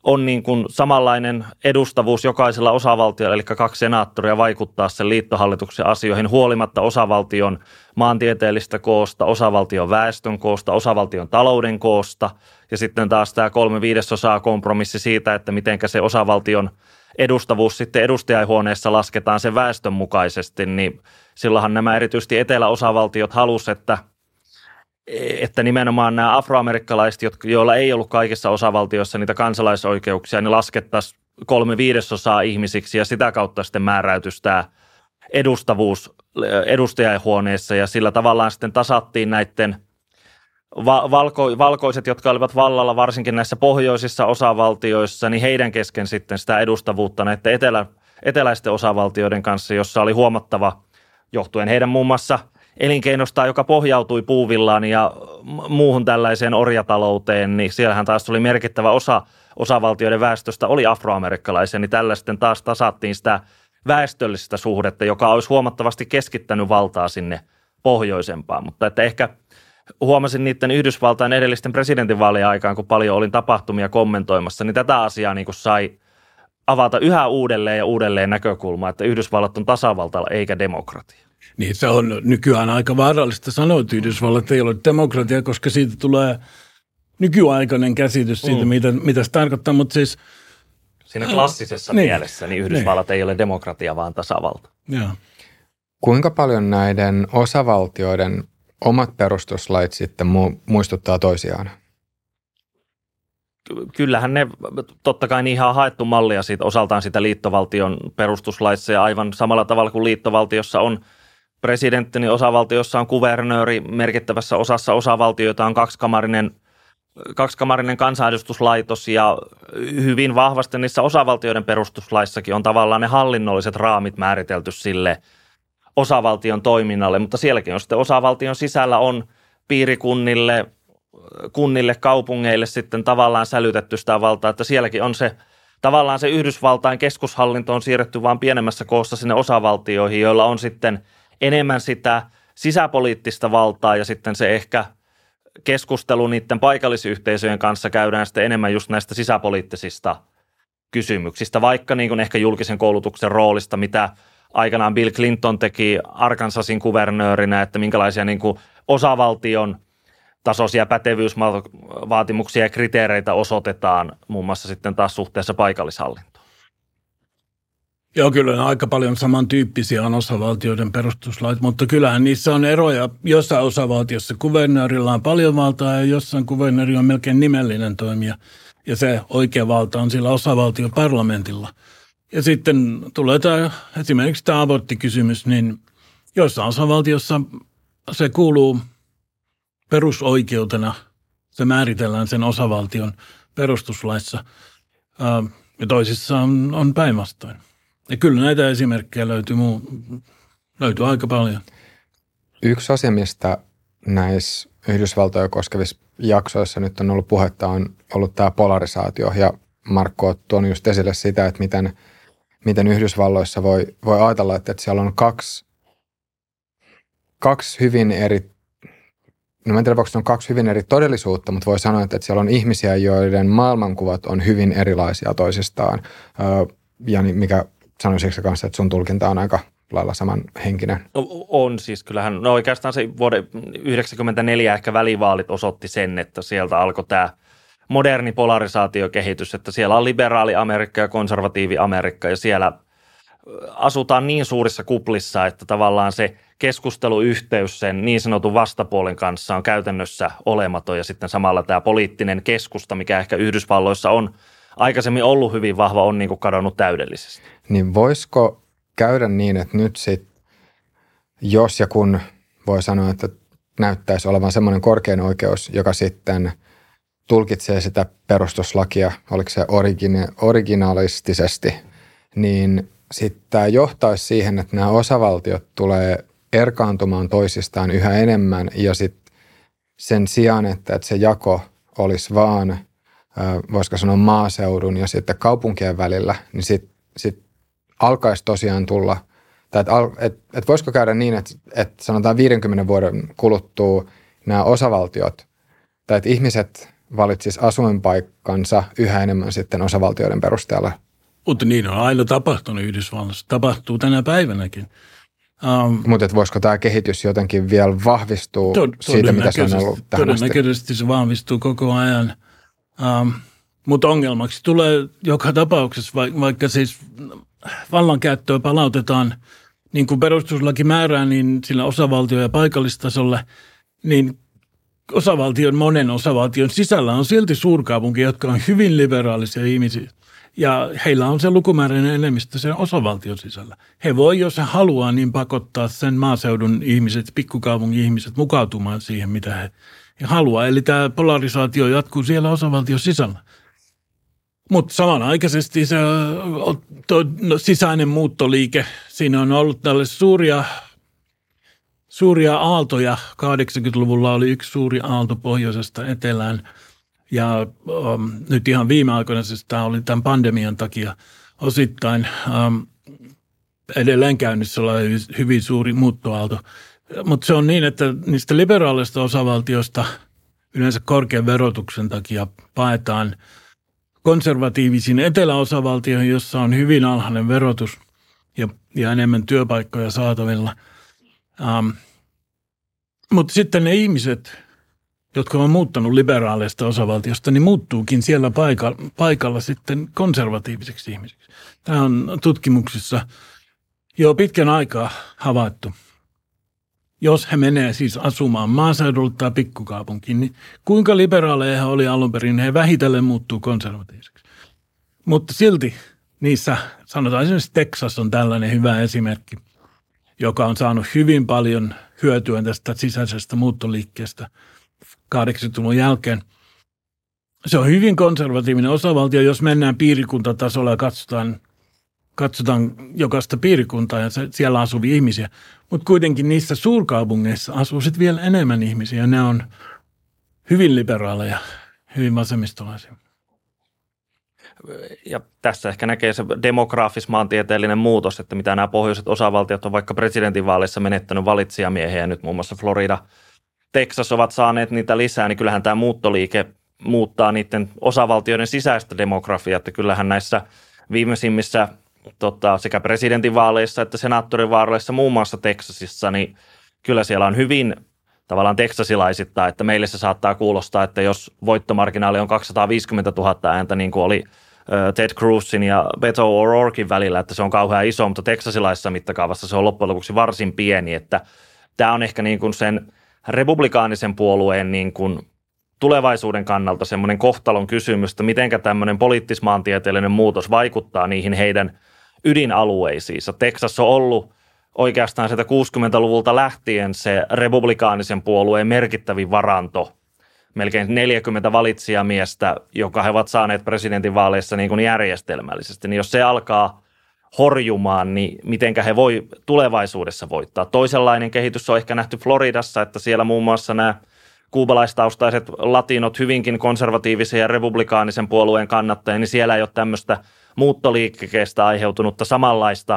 on niin kuin samanlainen edustavuus jokaisella osavaltiolla, eli 2 senaattoria vaikuttaa sen liittohallituksen asioihin huolimatta osavaltion maantieteellistä koosta, osavaltion väestön koosta, osavaltion talouden koosta ja sitten taas tämä 3/5 kompromissi siitä, että mitenkä se osavaltion edustavuus sitten edustajainhuoneessa lasketaan sen väestön mukaisesti, niin silloinhan nämä erityisesti eteläosavaltiot halusivat, että nimenomaan nämä afroamerikkalaiset, joilla ei ollut kaikissa osavaltioissa niitä kansalaisoikeuksia, niin laskettaisiin 3/5 ihmisiksi ja sitä kautta sitten määräytyisi tämä edustavuus edustajainhuoneessa ja sillä tavallaan sitten tasattiin näiden valkoiset, jotka olivat vallalla varsinkin näissä pohjoisissa osavaltioissa, niin heidän kesken sitten sitä edustavuutta näiden eteläisten osavaltioiden kanssa, jossa oli huomattava johtuen heidän muun muassa elinkeinostaan, joka pohjautui puuvillaan ja muuhun tällaiseen orjatalouteen, niin siellähän taas oli merkittävä osa osavaltioiden väestöstä oli afroamerikkalaisia, niin tällä sitten taas tasattiin sitä väestöllistä suhdetta, joka olisi huomattavasti keskittänyt valtaa sinne pohjoisempaan, mutta että ehkä huomasin niiden Yhdysvaltain edellisten presidentinvaalien aikaan, kun paljon olin tapahtumia kommentoimassa, niin tätä asiaa niin kuin sai avata yhä uudelleen ja uudelleen näkökulmaa, että Yhdysvallat on tasavalta eikä demokratia. Niin se on nykyään aika vaarallista sanoa, että Yhdysvallat ei ole demokratia, koska siitä tulee nykyaikainen käsitys siitä, mitä se tarkoittaa, mutta siis siinä klassisessa mielessä niin Yhdysvallat ei ole demokratia, vaan tasavalta. Joo. Kuinka paljon näiden osavaltioiden omat perustuslait sitten muistuttaa toisiaan? Kyllähän ne, totta kai niihin on haettu mallia siitä, osaltaan sitä liittovaltion perustuslaissa ja aivan samalla tavalla kuin liittovaltiossa on presidentti, niin osavaltiossa on kuvernööri, merkittävässä osassa osavaltioita on kaksikamarinen kansanedustuslaitos ja hyvin vahvasti niissä osavaltioiden perustuslaissakin on tavallaan ne hallinnolliset raamit määritelty sille osavaltion toiminnalle, mutta sielläkin on sitten osavaltion sisällä on piirikunnille, kaupungeille sitten tavallaan sälytetty sitä valtaa, että sielläkin on se tavallaan se Yhdysvaltain keskushallinto on siirretty vaan pienemmässä koossa sinne osavaltioihin, joilla on sitten enemmän sitä sisäpoliittista valtaa ja sitten se ehkä keskustelu niiden paikallisyhteisöjen kanssa käydään sitten enemmän just näistä sisäpoliittisista kysymyksistä, vaikka niin kuin ehkä julkisen koulutuksen roolista, mitä aikanaan Bill Clinton teki Arkansasin kuvernöörinä, että minkälaisia niin kuin osavaltion tasoisia pätevyysvaatimuksia ja kriteereitä osoitetaan muun muassa sitten taas suhteessa paikallishallintoon. Joo, kyllä aika paljon samantyyppisiä on osavaltioiden perustuslait, mutta kyllähän niissä on eroja. Jossain osavaltiossa kuvernöörillä on paljon valtaa ja jossain kuvernööri on melkein nimellinen toimija. Ja se oikea valta on sillä osavaltion parlamentilla. Ja sitten tulee esimerkiksi tämä aborttikysymys, niin jossain osavaltiossa se kuuluu perusoikeutena, se määritellään sen osavaltion perustuslaissa ja toisissa on päinvastoin. Ja kyllä näitä esimerkkejä löytyy aika paljon. Yksi asia, mistä näissä Yhdysvaltoja koskevissa jaksoissa nyt on ollut puhetta, on ollut tämä polarisaatio. Ja Markku on tuonut just esille sitä, että miten Yhdysvalloissa voi ajatella, että siellä on kaksi hyvin eri, no en tiedä, voiko se on kaksi hyvin eri todellisuutta, mutta voi sanoa, että siellä on ihmisiä, joiden maailmankuvat on hyvin erilaisia toisistaan. Ja mikä sanoisitko kanssa, että sun tulkinta on aika lailla samanhenkinen? On siis, kyllähän, no oikeastaan se vuoden 1994 ehkä välivaalit osoitti sen, että sieltä alkoi tämä moderni polarisaatiokehitys, että siellä on liberaali Amerikka ja konservatiivi Amerikka ja siellä asutaan niin suurissa kuplissa, että tavallaan se keskusteluyhteys sen niin sanotun vastapuolen kanssa on käytännössä olematon ja sitten samalla tämä poliittinen keskusta, mikä ehkä Yhdysvalloissa on aikaisemmin ollut hyvin vahva, on niin kuin kadonnut täydellisesti. Niin voisiko käydä niin, että nyt sitten, jos ja kun voi sanoa, että näyttäisi olevan semmoinen korkein oikeus, joka sitten tulkitsee sitä perustuslakia, oliko se originalistisesti, niin sitten tämä johtaisi siihen, että nämä osavaltiot tulee erkaantumaan toisistaan yhä enemmän ja sitten sen sijaan, että se jako olisi vaan, voisiko sanoa maaseudun ja sitten kaupunkien välillä, niin sitten alkaisi tosiaan tulla, tai että voisiko käydä niin, että sanotaan 50 vuoden kuluttua nämä osavaltiot, tai että ihmiset valitsisi asuinpaikkansa yhä enemmän sitten osavaltioiden perusteella. Mutta niin on aina tapahtunut Yhdysvalloissa. Tapahtuu tänä päivänäkin. Mutta voisiko tämä kehitys jotenkin vielä vahvistua siitä, mitä se on ollut tähän asti? Todennäköisesti se vahvistuu koko ajan. Mutta ongelmaksi tulee joka tapauksessa, vaikka siis vallankäyttöä palautetaan, niin kuin perustuslaki määrää, niin sillä osavaltio- ja paikallistasolla, niin monen osavaltion sisällä on silti suurkaupunkia, jotka on hyvin liberaalisia ihmisiä. Ja heillä on se lukumääräinen enemmistö sen osavaltion sisällä. He voi, jos he haluaa, niin pakottaa sen maaseudun ihmiset, pikkukaupungin ihmiset mukautumaan siihen, mitä he haluaa. Eli tämä polarisaatio jatkuu siellä osavaltion sisällä. Mutta samanaikaisesti se sisäinen muuttoliike, siinä on ollut tällaisia suuria aaltoja. 80-luvulla oli yksi suuri aalto pohjoisesta etelään. Ja nyt ihan viime aikoina, siis tämä oli tämän pandemian takia osittain edelleen käynnissä oleva hyvin suuri muuttoaalto. Mutta se on niin, että niistä liberaaleista osavaltioista yleensä korkean verotuksen takia paetaan konservatiivisiin eteläosavaltioihin, jossa on hyvin alhainen verotus ja enemmän työpaikkoja saatavilla. Mutta sitten ne ihmiset, jotka on muuttanut liberaaleista osavaltiosta, niin muuttuukin siellä paikalla sitten konservatiiviseksi ihmisiksi. Tämä on tutkimuksissa jo pitkän aikaa havaittu. Jos he menee siis asumaan maaseudulle tai pikkukaupunkiin, niin kuinka liberaaleja he oli alun perin, he vähitellen muuttuu konservatiiviseksi. Mutta silti niissä, sanotaan esimerkiksi Texas on tällainen hyvä esimerkki, joka on saanut hyvin paljon hyötyä tästä sisäisestä muuttoliikkeestä 80-luvun jälkeen. Se on hyvin konservatiivinen osavaltio, jos mennään piirikuntatasolla ja katsotaan jokaista piirikuntaa ja siellä asuvia ihmisiä. Mutta kuitenkin niissä suurkaupungeissa asuu sitten vielä enemmän ihmisiä. Ne on hyvin liberaaleja, hyvin vasemmistolaisia. Ja tässä ehkä näkee se demograafis-maantieteellinen muutos, että mitä nämä pohjoiset osavaltiot on vaikka presidentinvaaleissa menettänyt valitsijamiehiä ja nyt muun muassa Florida, Texas ovat saaneet niitä lisää, niin kyllähän tämä muuttoliike muuttaa niiden osavaltioiden sisäistä demografiaa, että kyllähän näissä viimeisimmissä sekä presidentinvaaleissa että senaattorivaaleissa muun muassa Texasissa, niin kyllä siellä on hyvin tavallaan teksasilaisittain, että meille se saattaa kuulostaa, että jos voittomarginaali on 250 000 ääntä, niin kuin oli Ted Cruzin ja Beto O'Rourken välillä, että se on kauhean iso, mutta teksasilaisessa mittakaavassa se on loppujen lopuksi varsin pieni, että tämä on ehkä niin kuin sen republikaanisen puolueen niin kuin tulevaisuuden kannalta semmoinen kohtalon kysymys, että mitenkä tämmöinen poliittis-maantieteellinen muutos vaikuttaa niihin heidän ydinalueisiinsa. Texas on ollut oikeastaan sieltä 60-luvulta lähtien se republikaanisen puolueen merkittävin varanto, melkein 40 valitsijamiestä, joka he ovat saaneet presidentinvaaleissa niin kuin järjestelmällisesti. Niin jos se alkaa horjumaan, niin mitenkä he voi tulevaisuudessa voittaa. Toisenlainen kehitys on ehkä nähty Floridassa, että siellä muun muassa nämä kuubalaistaustaiset latinot hyvinkin konservatiivisen ja republikaanisen puolueen kannattajia, niin siellä ei ole tämmöistä muuttoliikkeestä aiheutunutta samanlaista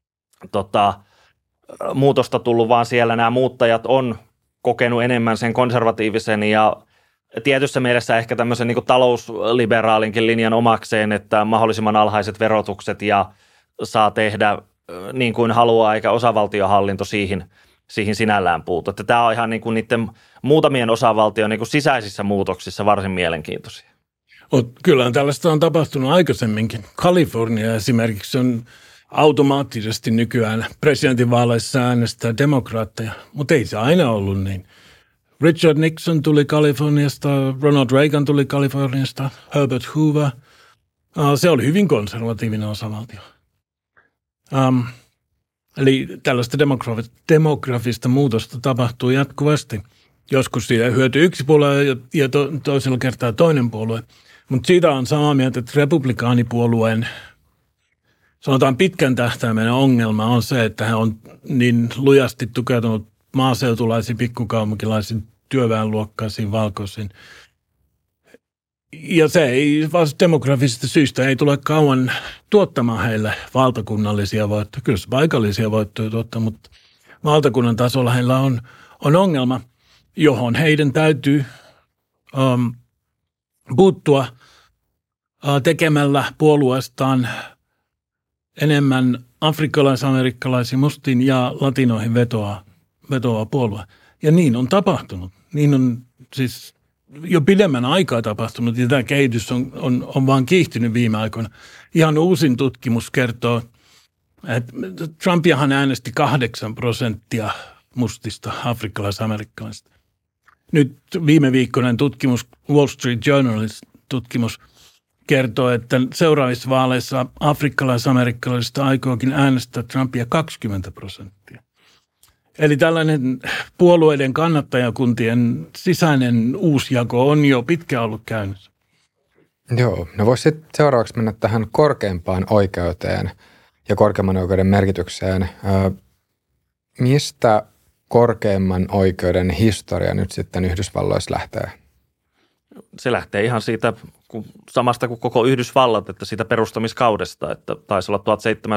muutosta tullut, vaan siellä nämä muuttajat on kokenut enemmän sen konservatiivisen ja tietyssä mielessä ehkä tämmöisen niin kuin talousliberaalinkin linjan omakseen, että mahdollisimman alhaiset verotukset ja saa tehdä niin kuin haluaa, eikä osavaltiohallinto siihen sinällään puutu. Että tämä on ihan niin kuin niiden muutamien osavaltion niin kuin sisäisissä muutoksissa varsin mielenkiintoisia. Kyllähän tällaista on tapahtunut aikaisemminkin. Kalifornia esimerkiksi on automaattisesti nykyään presidentinvaaleissa äänestää demokraatteja, mutta ei se aina ollut niin. Richard Nixon tuli Kaliforniasta, Ronald Reagan tuli Kaliforniasta, Herbert Hoover. Se oli hyvin konservatiivinen osavaltio. Eli tällaista demografista muutosta tapahtuu jatkuvasti. Joskus siitä hyötyy yksi puolue ja toisella kertaa toinen puolue. Mutta siitä on samaa mieltä, että republikaanipuolueen sanotaan pitkän tähtäimen ongelma on se, että hän on niin lujasti tukeutunut maaseutulaisiin, pikkukaupunkilaisiin, työväenluokkaisiin, valkoisiin. Ja se ei vasta demografisista syistä ei tule kauan tuottamaan heille valtakunnallisia voittoja. Kyllä se paikallisia voittoja tuottaa, mutta valtakunnan tasolla heillä on ongelma, johon heidän täytyy puuttua tekemällä puolueestaan enemmän afrikkalais-amerikkalaisiin, mustiin ja latinoihin vetoaa puolue. Ja niin on tapahtunut. Niin on siis jo pidemmän aikaa tapahtunut ja tämä kehitys on vaan kiihtynyt viime aikoina. Ihan uusin tutkimus kertoo, että Trumpiahan äänesti 8% mustista afrikkalais-amerikkalaisista. Nyt viime viikkoinen tutkimus, Wall Street Journalist tutkimus, kertoo, että seuraavissa vaaleissa afrikkalais-amerikkalaisista aikookin äänestää Trumpia 20%. Eli tällainen puolueiden kannattajakuntien sisäinen uusjako on jo pitkään ollut käynnissä. Joo, no voisi sitten seuraavaksi mennä tähän korkeimpaan oikeuteen ja korkeimman oikeuden merkitykseen. Mistä korkeimman oikeuden historia nyt sitten Yhdysvalloissa lähtee? Se lähtee ihan siitä samasta kuin koko Yhdysvallat, että siitä perustamiskaudesta, että taisi olla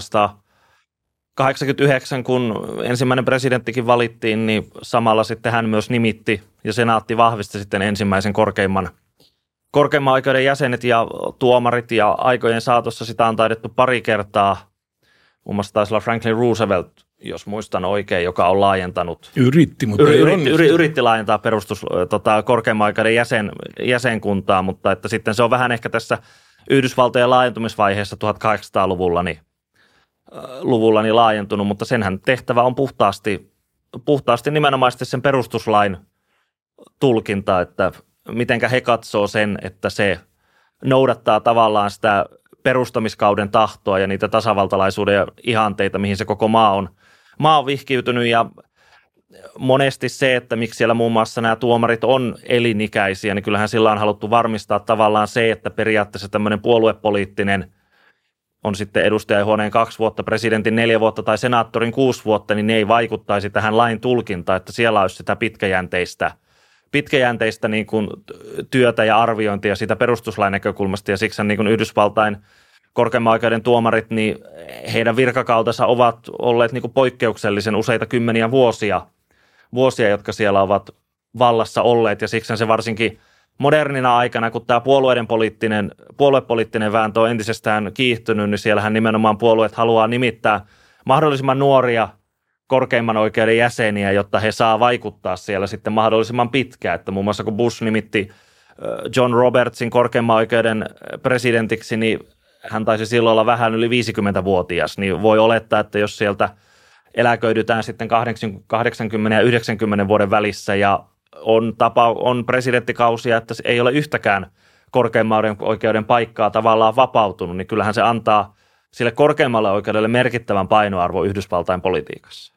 1789, kun ensimmäinen presidenttikin valittiin, niin samalla sitten hän myös nimitti ja senaatti vahvisti sitten ensimmäisen korkeimman oikeuden jäsenet ja tuomarit ja aikojen saatossa sitä on taidettu pari kertaa. Muun muassa taisi olla Franklin Roosevelt, jos muistan oikein, joka on laajentanut. Yritti laajentaa korkeimman oikeuden jäsenkuntaa, mutta että sitten se on vähän ehkä tässä Yhdysvaltojen laajentumisvaiheessa 1800-luvulla niin laajentunut, mutta senhän tehtävä on puhtaasti nimenomaisesti sen perustuslain tulkinta, että mitenkä he katsoo sen, että se noudattaa tavallaan sitä perustamiskauden tahtoa ja niitä tasavaltalaisuuden ihanteita, mihin se koko maa on vihkiytynyt ja monesti se, että miksi siellä muun muassa nämä tuomarit on elinikäisiä, niin kyllähän sillä on haluttu varmistaa tavallaan se, että periaatteessa tämmöinen puoluepoliittinen on sitten edustajahuoneen 2 vuotta, presidentin 4 vuotta tai senaattorin 6 vuotta, niin ne ei vaikuttaisi tähän lain tulkintaan, että siellä olisi sitä pitkäjänteistä niin kuin työtä ja arviointia siitä perustuslain näkökulmasta ja siksi niin kuin Yhdysvaltain korkeimman oikeuden tuomarit, niin heidän virkakautensa ovat olleet niin kuin poikkeuksellisen useita kymmeniä vuosia, jotka siellä ovat vallassa olleet ja siksi se varsinkin modernina aikana, kun tämä puoluepoliittinen vääntö on entisestään kiihtynyt, niin siellähän nimenomaan puolueet haluaa nimittää mahdollisimman nuoria korkeimman oikeuden jäseniä, jotta he saa vaikuttaa siellä sitten mahdollisimman pitkään. Että muun muassa kun Bush nimitti John Robertsin korkeimman oikeuden presidentiksi, niin hän taisi silloin olla vähän yli 50-vuotias, niin voi olettaa, että jos sieltä eläköidytään sitten 80 ja 90 vuoden välissä ja on presidenttikausia, että ei ole yhtäkään korkeimman oikeuden paikkaa tavallaan vapautunut, niin kyllähän se antaa sille korkeimmalle oikeudelle merkittävän painoarvo Yhdysvaltain politiikassa.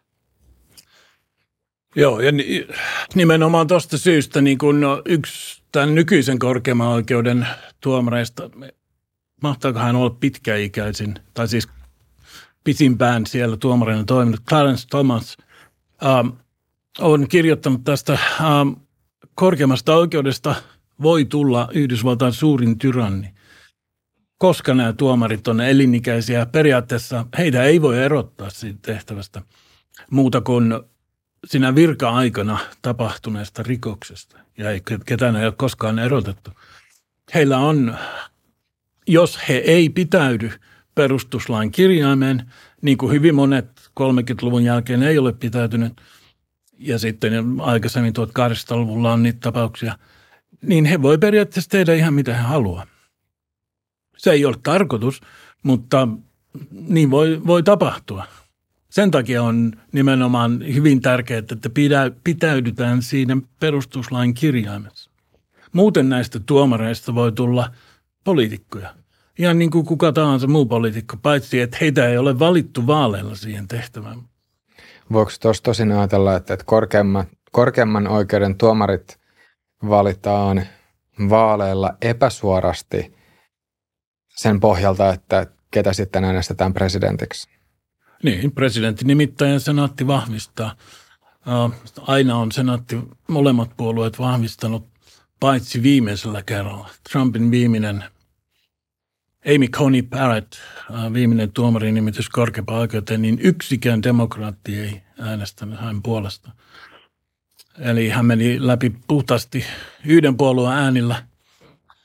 Joo, ja nimenomaan tuosta syystä niin kun yksi tämän nykyisen korkeimman oikeuden tuomareista, mahtaako hän olla pitkäikäisin, tai siis pisimpään siellä tuomarina toiminut, Clarence Thomas, on kirjoittanut tästä korkeimmasta oikeudesta voi tulla Yhdysvaltain suurin tyranni, koska nämä tuomarit on elinikäisiä. Periaatteessa heitä ei voi erottaa siitä tehtävästä muuta kuin siinä virka-aikana tapahtuneesta rikoksesta. Ja ketään ei ole koskaan erotettu. Heillä on, jos he ei pitäydy perustuslain kirjaimeen, niin kuin hyvin monet 30-luvun jälkeen ei ole pitäytynyt, ja sitten aikaisemmin 1800-luvulla on niitä tapauksia, niin he voi periaatteessa tehdä ihan mitä he haluaa. Se ei ole tarkoitus, mutta niin voi tapahtua. Sen takia on nimenomaan hyvin tärkeää, että pitäydytään siinä perustuslain kirjaimessa. Muuten näistä tuomareista voi tulla poliitikkoja. Ihan niin kuin kuka tahansa muu poliitikko, paitsi että heitä ei ole valittu vaaleilla siihen tehtävään. Voiko tuossa tosin ajatella, että korkeimman oikeuden tuomarit valitaan vaaleilla epäsuorasti sen pohjalta, että ketä sitten äänestetään presidentiksi? Niin, presidentti nimittäin ja senaatti vahvistaa. Aina on senaatti molemmat puolueet vahvistanut, paitsi viimeisellä kerralla. Trumpin viimeinen Amy Coney Barrett, viimeinen tuomarin nimitys korkeimpaan oikeuteen, niin yksikään demokraatti ei äänestänyt hänen puolesta. Eli hän meni läpi puhtaasti yhden puolueen äänillä.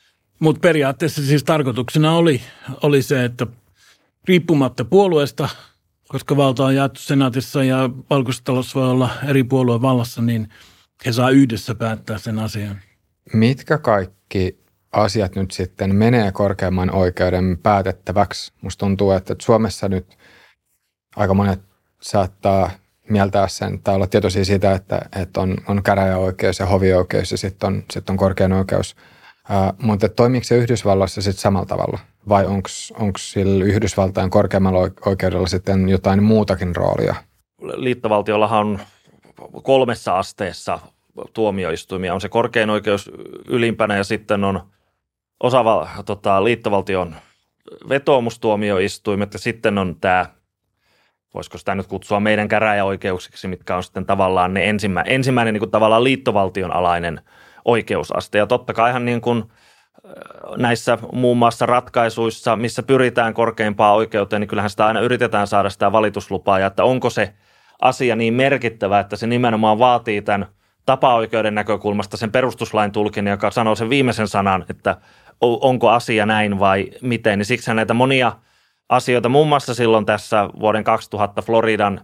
Mutta periaatteessa siis tarkoituksena oli se, että riippumatta puolueesta, koska valta on jaettu senaatissa ja Valkoisessa voi olla eri puolueen vallassa, niin he saa yhdessä päättää sen asian. Mitkä kaikki asiat nyt sitten menee korkeimman oikeuden päätettäväksi? Musta tuntuu, että Suomessa nyt aika monet saattaa mieltää sen tai olla tietoisia siitä, että on käräjäoikeus ja hovioikeus ja sitten on korkein oikeus. Mutta toimiiko se Yhdysvalloissa sitten samalla tavalla? Vai onko sillä Yhdysvaltain korkeammalla oikeudella sitten jotain muutakin roolia? Liittovaltiollahan on 3 asteessa tuomioistuimia. On se korkein oikeus ylimpänä ja sitten on liittovaltion vetoomustuomioistuimet ja sitten on tämä, voisiko sitä nyt kutsua meidän käräjäoikeuksiksi, mitkä on sitten tavallaan ne ensimmäinen niin kuin tavallaan liittovaltion alainen oikeusaste. Ja totta kaihan niin kuin näissä muun muassa ratkaisuissa, missä pyritään korkeimpaan oikeuteen, niin kyllähän sitä aina yritetään saada sitä valituslupaa, ja että onko se asia niin merkittävä, että se nimenomaan vaatii tämän tapaoikeuden näkökulmasta sen perustuslain tulkinnan, joka sanoo sen viimeisen sanan, että onko asia näin vai miten. Niin siksi näitä monia asioita, muun muassa silloin tässä vuoden 2000 Floridan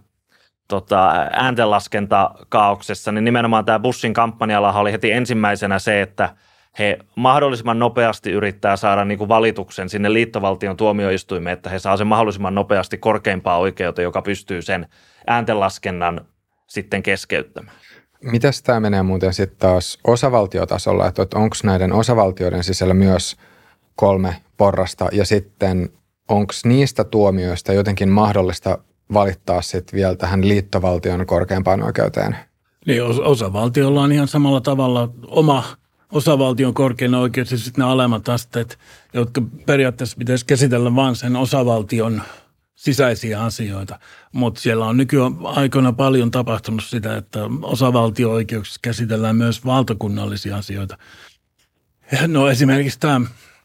ääntenlaskentakaauksessa, niin nimenomaan tämä Bushin kampanjalla oli heti ensimmäisenä se, että he mahdollisimman nopeasti yrittää saada niin kuin valituksen sinne liittovaltion tuomioistuimeen, että he saa sen mahdollisimman nopeasti korkeimpaan oikeuteen, joka pystyy sen ääntenlaskennan sitten keskeyttämään. Mitäs tämä menee muuten sitten taas osavaltiotasolla, että onko näiden osavaltioiden sisällä myös 3 porrasta ja sitten onko niistä tuomioista jotenkin mahdollista valittaa sitten vielä tähän liittovaltion korkeimpaan oikeuteen? Niin, osavaltiolla on ihan samalla tavalla oma osavaltion korkein oikeus ja sitten ne alemmat asteet, jotka periaatteessa pitäisi käsitellä vain sen osavaltion sisäisiä asioita. Mutta siellä on nykyaikoina paljon tapahtunut sitä, että osavaltio-oikeuksissa käsitellään myös valtakunnallisia asioita. No esimerkiksi tämä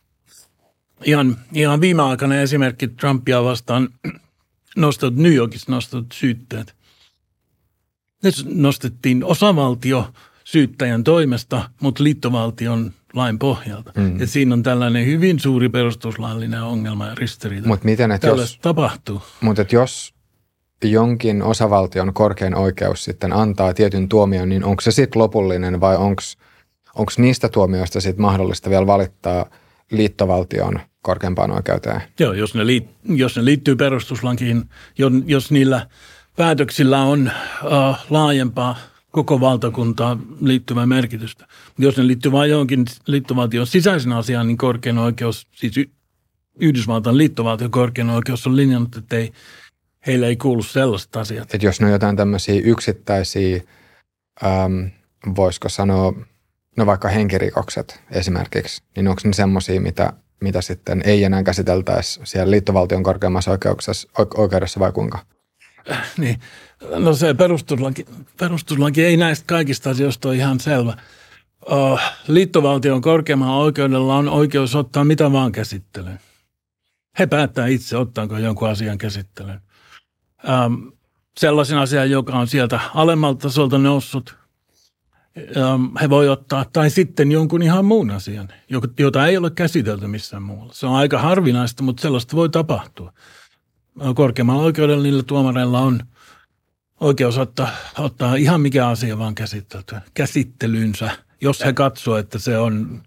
ihan viimeaikainen esimerkki Trumpia vastaan New Yorkissa nostetut syytteet. Ne nostettiin osavaltio syyttäjän toimesta, mutta liittovaltion lain pohjalta. Ja siinä on tällainen hyvin suuri perustuslaillinen ongelma ja ristiriita. Mutta miten, että tapahtuu? Mutta jos jonkin osavaltion korkein oikeus sitten antaa tietyn tuomion, niin onko se sitten lopullinen vai onko niistä tuomioista sitten mahdollista vielä valittaa liittovaltion korkeimpaan oikeuteen? Joo, jos ne liittyy perustuslakiin, jos niillä päätöksillä on laajempaa koko valtakuntaan liittyvää merkitystä. Jos ne liittyy vain johonkin liittovaltion sisäisen asiaan, niin korkein oikeus, siis Yhdysvaltain liittovaltion korkein oikeus on linjannut, että heille ei kuulu sellaiset asiat. Että jos ne on jotain tämmöisiä yksittäisiä, voisiko sanoa, no vaikka henkirikokset esimerkiksi, niin onko ne semmoisia, mitä sitten ei enää käsiteltäisi siellä liittovaltion korkeimmassa oikeudessa vai kuinka? Niin, no se perustuslaki ei näistä kaikista asioista ole ihan selvä. Liittovaltion korkeimmalla oikeudella on oikeus ottaa mitä vaan käsittelyyn. He päättää itse, ottaako jonkun asian käsittelyyn. Sellaisen asian, joka on sieltä alemmalta tasolta noussut, he voi ottaa, tai sitten jonkun ihan muun asian, jota ei ole käsitelty missään muualla. Se on aika harvinaista, mutta sellaista voi tapahtua. Korkeammalla oikeudella niillä tuomareilla on oikeus ottaa ihan mikä asia vaan käsittelyynsä, jos he katsoo, että se on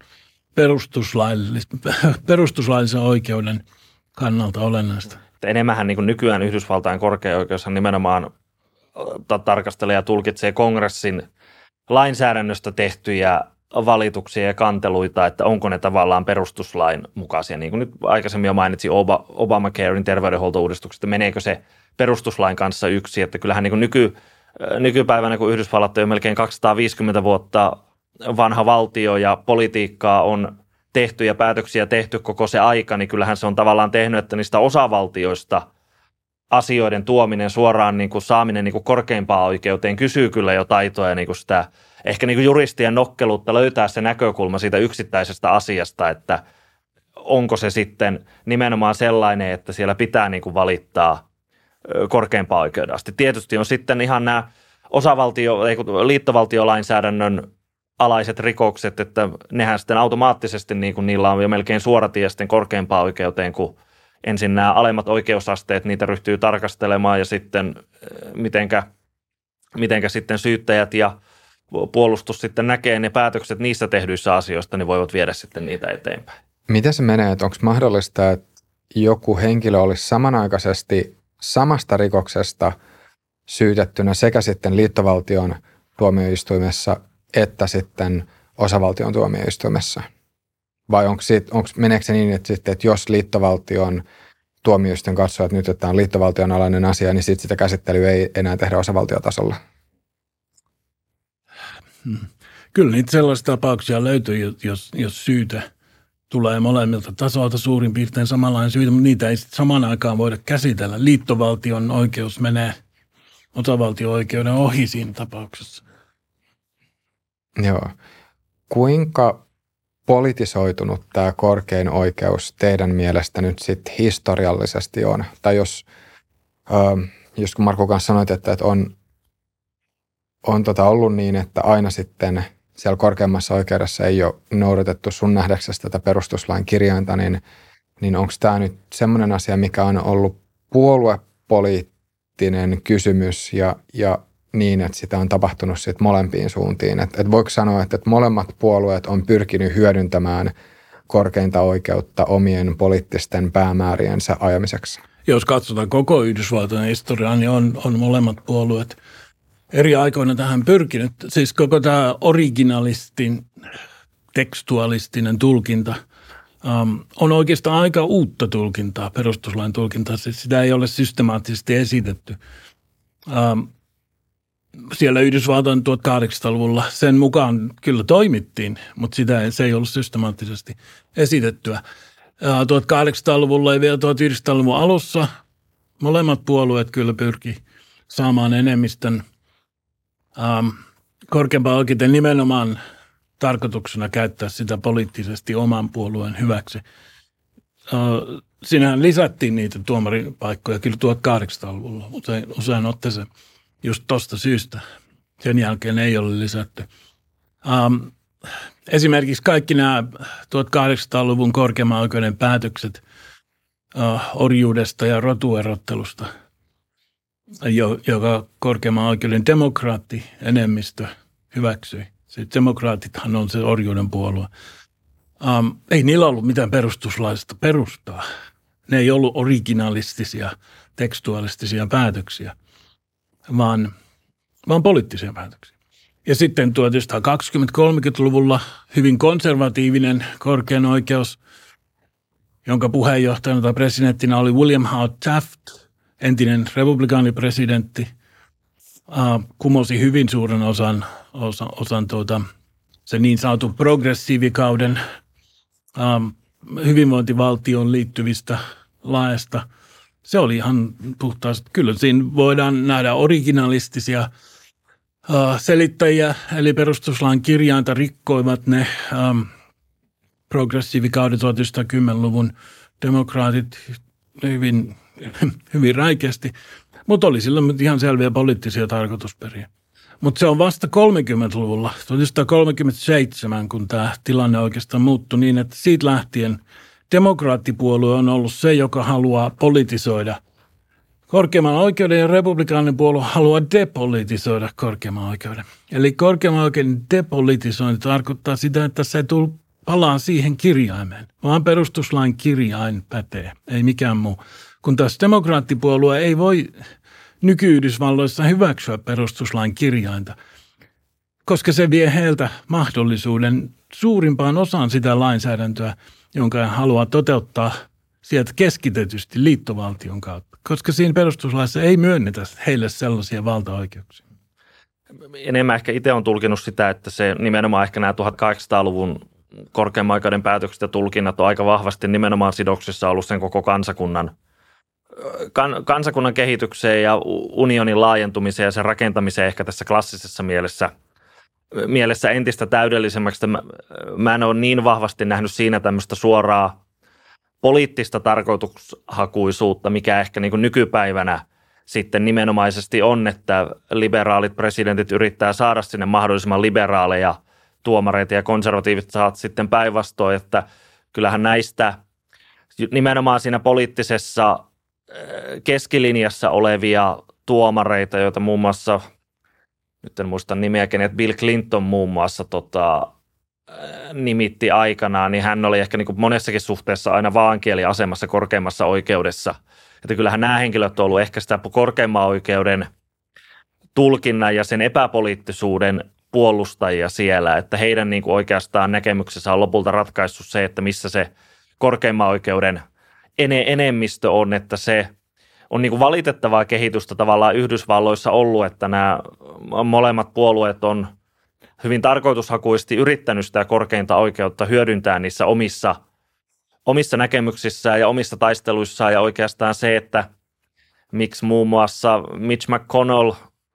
perustuslaillisen oikeuden kannalta olennaista. Enemmänhän niin kuin nykyään Yhdysvaltain korkein oikeushan nimenomaan tarkastelee ja tulkitsee kongressin lainsäädännöstä tehtyjä valituksia ja kanteluita, että onko ne tavallaan perustuslain mukaisia. Niin kuin nyt aikaisemmin jo mainitsin Obamacarein terveydenhuoltouudistuksesta, meneekö se perustuslain kanssa yksi, että kyllähän niin kuin nykypäivänä, kun Yhdysvallat on jo melkein 250 vuotta vanha valtio ja politiikkaa on tehty ja päätöksiä tehty koko se aika, niin kyllähän se on tavallaan tehnyt, että niistä osavaltioista asioiden tuominen suoraan niin kuin saaminen niin kuin korkeimpaan oikeuteen kysyy kyllä jo taitoa ja niin kuin sitä ehkä niin kuin juristien nokkeluutta löytää se näkökulma siitä yksittäisestä asiasta, että onko se sitten nimenomaan sellainen, että siellä pitää niin kuin valittaa korkeimpaan oikeuden asti. Tietysti on sitten ihan nämä liittovaltiolainsäädännön alaiset rikokset, että nehän sitten automaattisesti niin kuin niillä on jo melkein suoratie sitten korkeimpaan oikeuteen, kun ensin nämä alemmat oikeusasteet niitä ryhtyy tarkastelemaan ja sitten mitenkä sitten syyttäjät ja puolustus sitten näkee ne päätökset niissä tehdyissä asioista, niin voivat viedä sitten niitä eteenpäin. Miten se menee, että onko mahdollista, että joku henkilö olisi samanaikaisesti samasta rikoksesta syytettynä sekä sitten liittovaltion tuomioistuimessa että sitten osavaltion tuomioistuimessa? Vai meneekö se niin, että jos liittovaltion tuomioistuin katsoo, että nyt että tämä on liittovaltion alainen asia, niin sitten sitä käsittelyä ei enää tehdä osavaltiotasolla? Kyllä niitä sellaisia tapauksia löytyy, jos syytä tulee molemmilta tasoilta suurin piirtein samanlainen syytä, mutta niitä ei sitten samaan aikaan voida käsitellä. Liittovaltion oikeus menee osavaltio-oikeuden ohi siinä tapauksessa. Joo. Kuinka politisoitunut tämä korkein oikeus teidän mielestä nyt sitten historiallisesti on? Tai jos kun Markku kanssa sanoit, että on ollut niin, että aina sitten siellä korkeimmassa oikeudessa ei ole noudatettu sun nähdäksesi tätä perustuslain kirjainta, niin onko tämä nyt semmoinen asia, mikä on ollut puoluepoliittinen kysymys ja niin, että sitä on tapahtunut sitten molempiin suuntiin? Et voiko sanoa, että molemmat puolueet on pyrkinyt hyödyntämään korkeinta oikeutta omien poliittisten päämääriensä ajamiseksi? Jos katsotaan koko Yhdysvaltojen historiaa, niin on molemmat puolueet eri aikoina tähän pyrkinyt. Siis koko tämä originalistin, tekstualistinen tulkinta on oikeastaan aika uutta tulkintaa, perustuslain tulkintaa. Siis sitä ei ole systemaattisesti esitetty. Siellä Yhdysvaltain 1800-luvulla sen mukaan kyllä toimittiin, mutta se ei ollut systemaattisesti esitettyä. 1800-luvulla ja vielä 1900-luvun alussa molemmat puolueet kyllä pyrki saamaan enemmistön korkeampaan oikeuteen nimenomaan tarkoituksena käyttää sitä poliittisesti oman puolueen hyväksi. Siinähän lisättiin niitä tuomaripaikkoja kyllä 1800-luvulla, mutta usein otteeseen just tuosta syystä. Sen jälkeen ei ole lisätty. Esimerkiksi kaikki nämä 1800-luvun korkeamman oikeuden päätökset orjuudesta ja rotuerottelusta, joka korkeamman oikeuden demokraatti-enemmistö hyväksyi. Sitten demokraatithan on se orjuuden puolue. Ei niillä ollut mitään perustuslaista perustaa. Ne ei ollut originalistisia, tekstualistisia päätöksiä, vaan poliittisia päätöksiä. Ja sitten 1920-30-luvulla hyvin konservatiivinen korkein oikeus, jonka puheenjohtajana tai presidenttinä oli William Howard Taft, entinen republikaanipresidentti, kumosi hyvin suuren osan se niin sanottu progressiivikauden hyvinvointivaltioon liittyvistä laeista. Se oli ihan puhtaasti, kyllä siinä voidaan nähdä originalistisia selittäjiä, eli perustuslain kirjainta rikkoivat ne progressiivikauden 1910-luvun demokraatit hyvin räikeästi, mutta oli silloin ihan selviä poliittisia tarkoitusperiä. Mutta se on vasta 30-luvulla, 1937, kun tämä tilanne oikeastaan muuttui niin, että siitä lähtien demokraattipuolue on ollut se, joka haluaa politisoida korkeimman oikeuden ja republikaanipuolue haluaa depolitisoida korkeimman oikeuden. Eli korkeimman oikeuden depolitisointi tarkoittaa sitä, että se palaa siihen kirjaimeen, vaan perustuslain kirjain pätee, ei mikään muu. Kun taas demokraattipuolue ei voi nyky-Yhdysvalloissa hyväksyä perustuslain kirjainta, koska se vie heiltä mahdollisuuden suurimpaan osaan sitä lainsäädäntöä, jonka hän haluaa toteuttaa sieltä keskitetysti liittovaltion kautta, koska siinä perustuslaissa ei myönnetä heille sellaisia valtaoikeuksia. Enemmän ehkä itse on tulkinut sitä, että se nimenomaan ehkä nämä 1800-luvun korkeamman oikeuden päätökset ja tulkinnat on aika vahvasti nimenomaan sidoksissa ollut sen koko kansakunnan kehitykseen ja unionin laajentumiseen ja sen rakentamiseen ehkä tässä klassisessa mielessä entistä täydellisemmäksi. Mä en ole niin vahvasti nähnyt siinä tämmöistä suoraa poliittista tarkoitushakuisuutta, mikä ehkä niin kuin nykypäivänä sitten nimenomaisesti on, että liberaalit presidentit yrittää saada sinne mahdollisimman liberaaleja tuomareita ja konservatiivit saat sitten päinvastoin, että kyllähän näistä nimenomaan siinä poliittisessa keskilinjassa olevia tuomareita, joita muun muassa, nyt en muista nimeä, kenet Bill Clinton muun muassa nimitti aikanaan, niin hän oli ehkä niin kuin monessakin suhteessa aina vaankieliasemassa korkeimmassa oikeudessa. Että kyllähän nämä henkilöt on ollut ehkä sitä korkeimman oikeuden tulkinnan ja sen epäpoliittisuuden puolustajia siellä, että heidän niin kuin oikeastaan näkemyksensä on lopulta ratkaissut se, että missä se korkeimman oikeuden enemmistö on, että se on niin kuin valitettavaa kehitystä tavallaan Yhdysvalloissa ollut, että nämä molemmat puolueet on hyvin tarkoitushakuisesti yrittänyt sitä korkeinta oikeutta hyödyntää niissä omissa näkemyksissään ja omissa taisteluissaan, ja oikeastaan se, että miksi muun muassa Mitch McConnell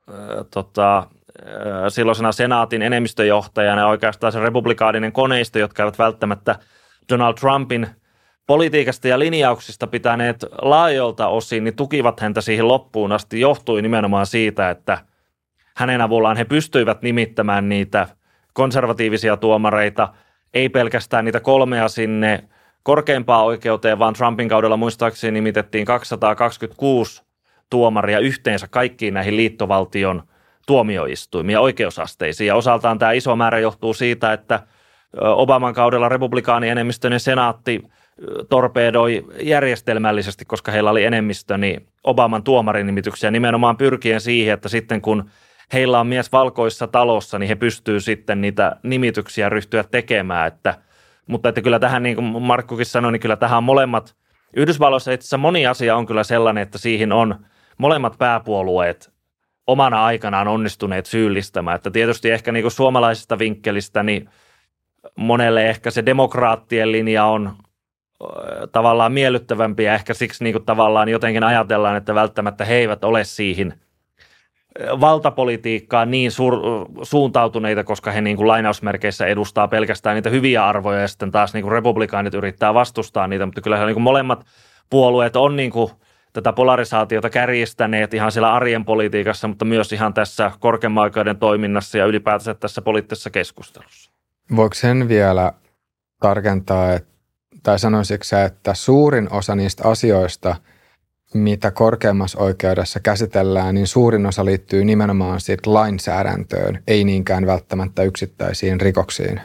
silloisena senaatin enemmistöjohtajana ja oikeastaan se republikaaninen koneisto, jotka eivät välttämättä Donald Trumpin politiikasta ja linjauksista pitäneet laajoilta osin, niin tukivat häntä siihen loppuun asti, johtui nimenomaan siitä, että hänen avullaan he pystyivät nimittämään niitä konservatiivisia tuomareita, ei pelkästään niitä 3 sinne korkeimpaan oikeuteen, vaan Trumpin kaudella muistaakseni nimitettiin 226 tuomaria yhteensä kaikkiin näihin liittovaltion tuomioistuimiin ja oikeusasteisiin. Ja osaltaan tämä iso määrä johtuu siitä, että Obaman kaudella republikaanienemmistöinen senaatti torpedoi järjestelmällisesti, koska heillä oli enemmistö, niin Obaman tuomarinimityksiä nimenomaan pyrkien siihen, että sitten kun heillä on mies valkoissa talossa, niin he pystyvät sitten niitä nimityksiä ryhtyä tekemään. Mutta että kyllä tähän, niin kuin Markkukin sanoi, niin kyllä tähän on molemmat, Yhdysvalloissa itse asiassa moni asia on kyllä sellainen, että siihen on molemmat pääpuolueet omana aikanaan onnistuneet syyllistämään. Että tietysti ehkä niin kuin suomalaisesta vinkkelistä, niin monelle ehkä se demokraattien linja on tavallaan miellyttävämpi ja ehkä siksi niin kuin tavallaan jotenkin ajatellaan, että välttämättä he eivät ole siihen valtapolitiikkaan niin suuntautuneita, koska he niin kuin lainausmerkeissä edustaa pelkästään niitä hyviä arvoja ja sitten taas niin kuin republikaanit yrittää vastustaa niitä, mutta kyllähän niin kuin molemmat puolueet on niin kuin tätä polarisaatiota kärjistäneet ihan siellä arjen politiikassa, mutta myös ihan tässä korkeimman oikeuden toiminnassa ja ylipäätänsä tässä poliittisessa keskustelussa. Voiko sen vielä tarkentaa, tai sanoisitko sä, että suurin osa niistä asioista, mitä korkeimmassa oikeudessa käsitellään, niin suurin osa liittyy nimenomaan siitä lainsäädäntöön, ei niinkään välttämättä yksittäisiin rikoksiin?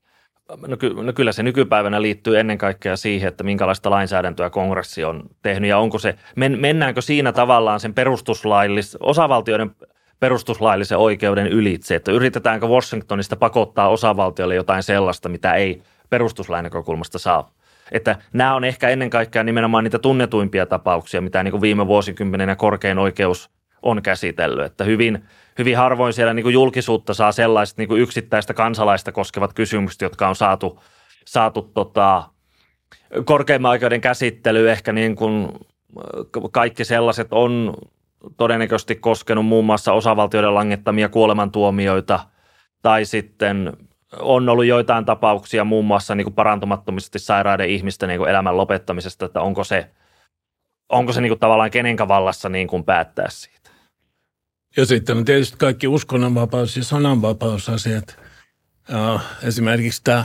No kyllä se nykypäivänä liittyy ennen kaikkea siihen, että minkälaista lainsäädäntöä kongressi on tehnyt ja onko se, mennäänkö siinä tavallaan sen osavaltioiden perustuslaillisen oikeuden ylitse, että yritetäänkö Washingtonista pakottaa osavaltiolle jotain sellaista, mitä ei perustuslain näkökulmasta saa. Että nämä on ehkä ennen kaikkea nimenomaan niitä tunnetuimpia tapauksia, mitä niin kuin viime vuosikymmenenä korkein oikeus on käsitellyt. Että hyvin harvoin siellä niin kuin julkisuutta saa sellaiset niin kuin yksittäistä kansalaista koskevat kysymykset, jotka on saatu korkeimman oikeuden käsittelyyn. Ehkä niin kuin kaikki sellaiset on todennäköisesti koskenut muun muassa osavaltioiden langettamia kuolemantuomioita tai sitten on ollut joitain tapauksia muun muassa niin kuin parantumattomisesti sairaiden ihmisten niin kuin elämän lopettamisesta, että onko se niin kuin tavallaan kenenkä vallassa niin kuin päättää siitä. Ja sitten on tietysti kaikki uskonnonvapaus- ja sananvapausasiat. Esimerkiksi tämä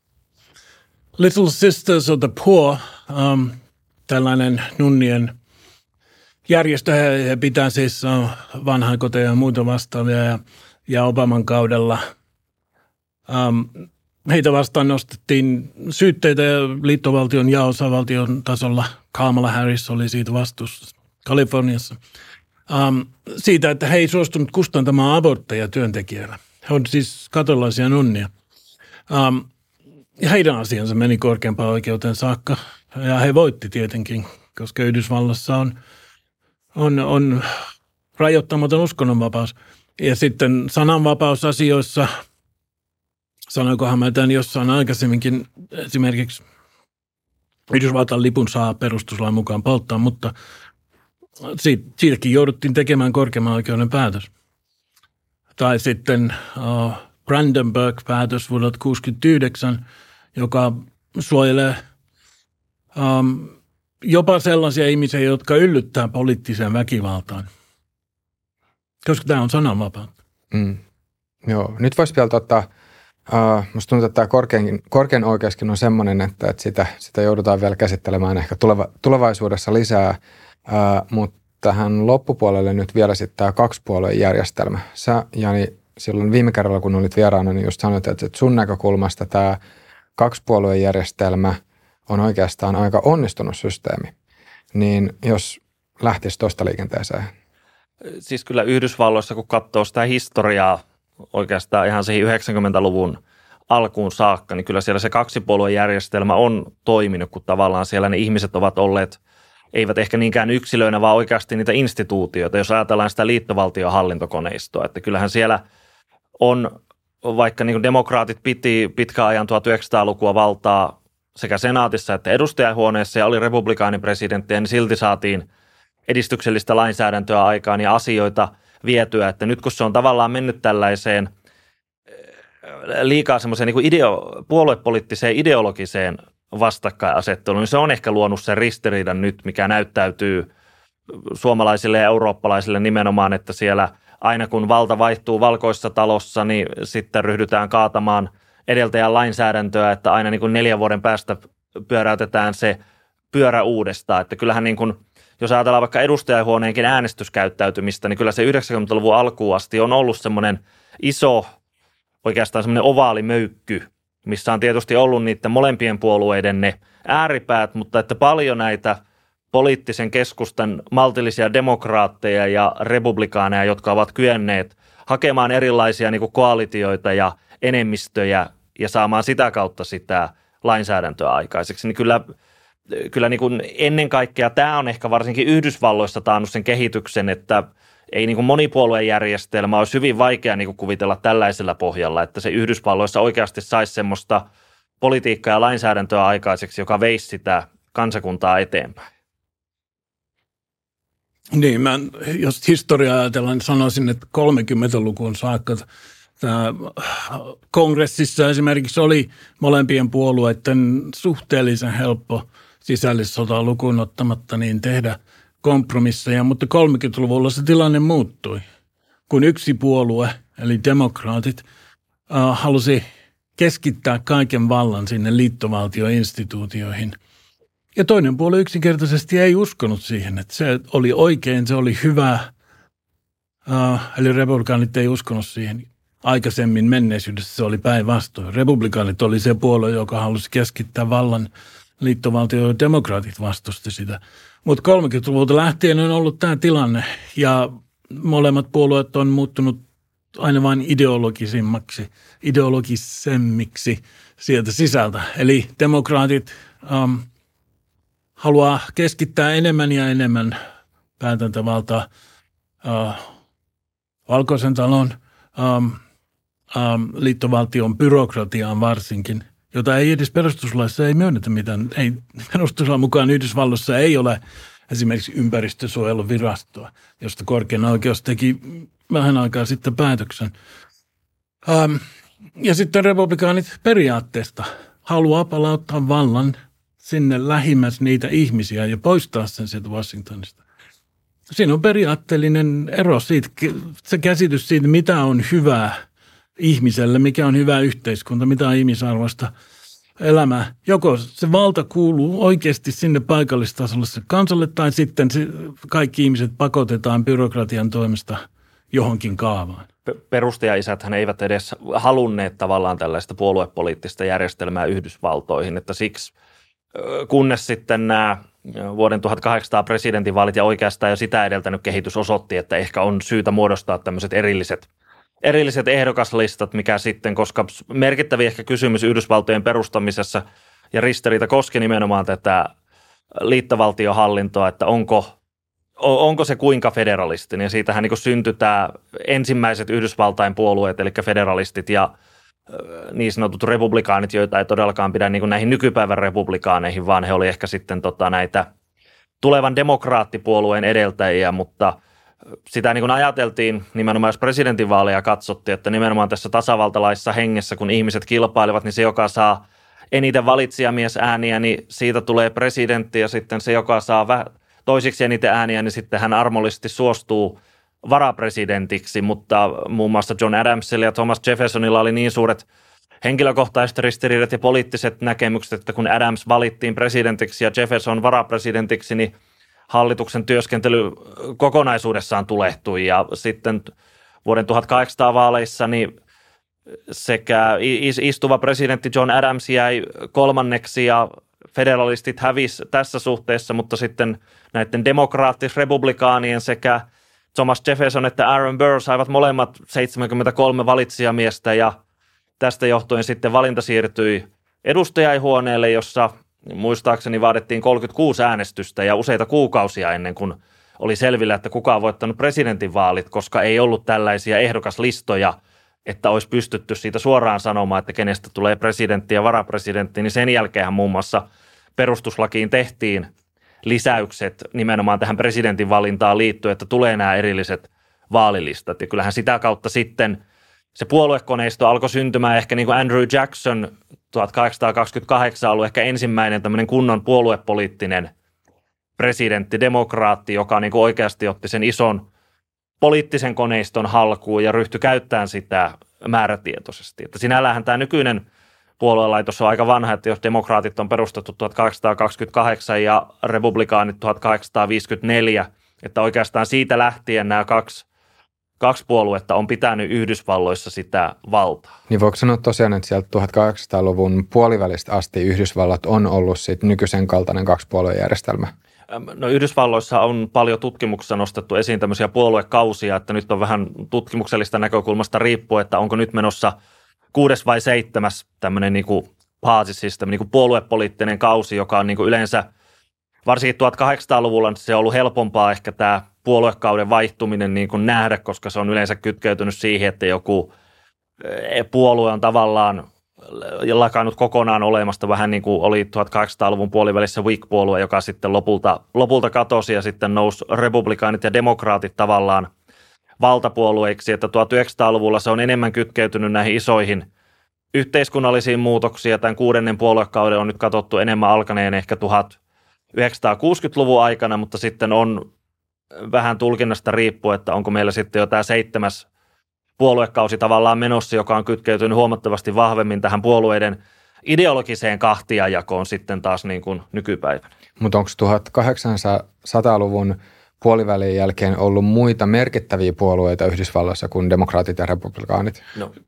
Little Sisters of the Poor, tällainen nunnien järjestö, he pitää siis vanhainkoteja ja muita vastaavia ja Obaman kaudella heitä vastaan nostettiin syytteitä liittovaltion ja osavaltion tasolla. Kamala Harris oli siitä vastuussa Kaliforniassa. Siitä, että he ei suostunut kustantamaan abortteja työntekijöille. He on siis katolaisia nunnia. Ja heidän asiansa meni korkeampaan oikeuteen saakka. Ja he voitti tietenkin, koska Yhdysvallassa on rajoittamaton uskonnonvapaus. Ja sitten sananvapausasioissa, sanoinkohan mä tämän jossain aikaisemminkin, esimerkiksi Yhdysvaltain lipun saa perustuslain mukaan polttaa, mutta siitäkin jouduttiin tekemään korkeimman oikeuden päätös. Tai sitten Brandenburg-päätös vuodelta 1969, joka suojelee jopa sellaisia ihmisiä, jotka yllyttää poliittiseen väkivaltaan. Koska tämä on sananvapautta. Joo, nyt voisi vielä Musta tuntuu, että tämä korkein oikeuskin on semmoinen, että sitä joudutaan vielä käsittelemään ehkä tulevaisuudessa lisää, mutta tähän loppupuolelle nyt vielä sitten tämä kaksipuolueen järjestelmä. Sä, Jani, silloin viime kerralla, kun olit vieraana, niin just sanoit, että sun näkökulmasta tämä kaksipuolueen järjestelmä on oikeastaan aika onnistunut systeemi. Niin jos lähtisi tuosta liikenteeseen? Siis kyllä Yhdysvalloissa, kun katsoo sitä historiaa oikeastaan ihan siihen 90-luvun alkuun saakka, niin kyllä siellä se kaksipuoluejärjestelmä on toiminut, kun tavallaan siellä ne ihmiset ovat olleet, eivät ehkä niinkään yksilöinä, vaan oikeasti niitä instituutioita, jos ajatellaan sitä liittovaltion hallintokoneistoa. Että kyllähän siellä on, vaikka niin kuin demokraatit piti pitkän ajan 1900-lukua valtaa sekä senaatissa että edustajahuoneessa ja oli republikaanipresidenttiä, niin silti saatiin edistyksellistä lainsäädäntöä aikaan ja asioita vietyä, että nyt kun se on tavallaan mennyt tällaiseen liikaa semmoiseen niin puoluepoliittiseen ideologiseen vastakkainasetteluun, niin se on ehkä luonut sen ristiriidan nyt, mikä näyttäytyy suomalaisille ja eurooppalaisille nimenomaan, että siellä aina kun valta vaihtuu Valkoisessa talossa, niin sitten ryhdytään kaatamaan edeltäjän lainsäädäntöä, että aina niin kuin 4 vuoden päästä pyöräytetään se pyörä uudestaan, että kyllähän niin kuin jos ajatellaan vaikka edustajahuoneenkin äänestyskäyttäytymistä, niin kyllä se 90-luvun alkuun asti on ollut semmoinen iso, oikeastaan semmoinen ovaalimöykky, missä on tietysti ollut niiden molempien puolueiden ne ääripäät, mutta että paljon näitä poliittisen keskustan maltillisia demokraatteja ja republikaaneja, jotka ovat kyenneet hakemaan erilaisia niin kuin koalitioita ja enemmistöjä ja saamaan sitä kautta sitä lainsäädäntöä aikaiseksi, niin kyllä niin kuin ennen kaikkea tämä on ehkä varsinkin Yhdysvalloissa taannut sen kehityksen, että ei niin kuin monipuoluejärjestelmä olisi hyvin vaikea niin kuin kuvitella tällaisella pohjalla, että se Yhdysvalloissa oikeasti saisi semmoista politiikkaa ja lainsäädäntöä aikaiseksi, joka veisi sitä kansakuntaa eteenpäin. Niin, jos historiaa ajatellaan, niin sanoisin, että 30-lukuun saakka tämä kongressissa esimerkiksi oli molempien puolueiden suhteellisen helppo sisällissotaa lukuun ottamatta niin tehdä kompromisseja, mutta 30-luvulla se tilanne muuttui, kun yksi puolue, eli demokraatit, halusi keskittää kaiken vallan sinne liittovaltioinstituutioihin. Ja toinen puolue yksinkertaisesti ei uskonut siihen, että se oli oikein, se oli hyvä, eli republikaanit ei uskonut siihen. Aikaisemmin menneisyydessä se oli päinvastoin. Republikaanit oli se puolue, joka halusi keskittää vallan liittovaltio ja demokraatit vastusti sitä. Mutta 30-luvulta lähtien on ollut tämä tilanne ja molemmat puolueet on muuttunut aina vain ideologisemmiksi sieltä sisältä. Eli demokraatit haluaa keskittää enemmän ja enemmän päätäntävaltaa Valkoisen talon liittovaltion byrokratiaan varsinkin, jota ei edes perustuslaissa ei myönnetä mitään. Ei, perustuslain mukaan Yhdysvalloissa ei ole esimerkiksi ympäristösuojeluvirastoa, josta korkein oikeus teki vähän aikaa sitten päätöksen. Ja sitten republikaanit periaatteesta haluaa palauttaa vallan sinne lähimmäs niitä ihmisiä ja poistaa sen sieltä Washingtonista. Siinä on periaatteellinen ero siitä, se käsitys siitä, mitä on hyvää ihmiselle, mikä on hyvä yhteiskunta, mitä on ihmisarvoista elämää. Joko se valta kuuluu oikeasti sinne paikallistasolle se kansalle tai sitten kaikki ihmiset pakotetaan byrokratian toimesta johonkin kaavaan. Perustajaisäthän eivät edes halunneet tavallaan tällaista puoluepoliittista järjestelmää Yhdysvaltoihin, että siksi kunnes sitten nämä vuoden 1800 presidentinvaalit ja oikeastaan jo sitä edeltänyt kehitys osoitti, että ehkä on syytä muodostaa tämmöiset erilliset ehdokaslistat, mikä sitten, koska merkittävä ehkä kysymys Yhdysvaltojen perustamisessa ja ristiriita koski nimenomaan tätä liittovaltiohallintoa, että onko se kuinka federalistinen, ja siitähän niin kuin syntyi tämä ensimmäiset Yhdysvaltain puolueet, eli federalistit ja niin sanotut republikaanit, joita ei todellakaan pidä niin kuin näihin nykypäivän republikaaneihin, vaan he oli ehkä sitten näitä tulevan demokraattipuolueen edeltäjiä, mutta sitä niin kuin ajateltiin nimenomaan, jos presidentinvaaleja katsottiin, että nimenomaan tässä tasavaltalaisessa hengessä, kun ihmiset kilpailevat, niin se, joka saa eniten valitsijamiesääniä, niin siitä tulee presidentti, ja sitten se, joka saa toisiksi eniten ääniä, niin sitten hän armollisesti suostuu varapresidentiksi, mutta muun muassa John Adamsilla ja Thomas Jeffersonilla oli niin suuret henkilökohtaiset ristiriidat ja poliittiset näkemykset, että kun Adams valittiin presidentiksi ja Jefferson varapresidentiksi, niin hallituksen työskentely kokonaisuudessaan tulehtui ja sitten vuoden 1800 vaaleissa niin sekä istuva presidentti John Adams jäi kolmanneksi ja federalistit hävisi tässä suhteessa, mutta sitten näiden demokraattis-republikaanien sekä Thomas Jefferson että Aaron Burr saivat molemmat 73 valitsijamiestä ja tästä johtuen sitten valinta siirtyi edustajainhuoneelle, jossa muistaakseni vaadittiin 36 äänestystä ja useita kuukausia ennen kuin oli selvillä, että kuka on voittanut presidentinvaalit, koska ei ollut tällaisia ehdokaslistoja, että olisi pystytty siitä suoraan sanomaan, että kenestä tulee presidentti ja varapresidentti, niin sen jälkeenhän muun muassa perustuslakiin tehtiin lisäykset nimenomaan tähän presidentin valintaan liittyen, että tulee nämä erilliset vaalilistat. Ja kyllähän sitä kautta sitten se puoluekoneisto alkoi syntymään ehkä niin kuin Andrew Jackson 1828 ollut ehkä ensimmäinen tämmöinen kunnon puoluepoliittinen presidentti, demokraatti, joka niin kuin oikeasti otti sen ison poliittisen koneiston halkuun ja ryhtyi käyttämään sitä määrätietoisesti. Että sinällähän tämä nykyinen puoluelaitos on aika vanha, että jos demokraatit on perustettu 1828 ja republikaanit 1854, että oikeastaan siitä lähtien nämä kaksi puoluetta on pitänyt Yhdysvalloissa sitä valtaa. Niin voiko sanoa tosiaan, että sieltä 1800-luvun puolivälistä asti Yhdysvallat on ollut sitten nykyisen kaltainen kaksipuoluejärjestelmä? No Yhdysvalloissa on paljon tutkimuksessa nostettu esiin tämmöisiä puoluekausia, että nyt on vähän tutkimuksellista näkökulmasta riippuen, että onko nyt menossa 6. vai 7. tämmöinen niin kuin party system, niin kuin puoluepoliittinen kausi, joka on niin kuin yleensä, varsinkin 1800-luvulla se on ollut helpompaa ehkä tämä puoluekauden vaihtuminen niin kuin nähdä, koska se on yleensä kytkeytynyt siihen, että joku puolue on tavallaan lakannut kokonaan olemasta, vähän niin kuin oli 1800-luvun puolivälissä Whig-puolue, joka sitten lopulta katosi ja sitten nousi republikaanit ja demokraatit tavallaan valtapuolueiksi, että 1900-luvulla se on enemmän kytkeytynyt näihin isoihin yhteiskunnallisiin muutoksiin. Tämän 6. puoluekauden on nyt katsottu enemmän alkaneen ehkä 1960-luvun aikana, mutta sitten on vähän tulkinnasta riippuen, että onko meillä sitten jo tämä 7. puoluekausi tavallaan menossa, joka on kytkeytynyt huomattavasti vahvemmin tähän puolueiden ideologiseen kahtiajakoon sitten taas niin kuin nykypäivänä. Mutta onko 1800-luvun puolivälin jälkeen ollut muita merkittäviä puolueita Yhdysvalloissa kuin demokraatit ja republikaanit?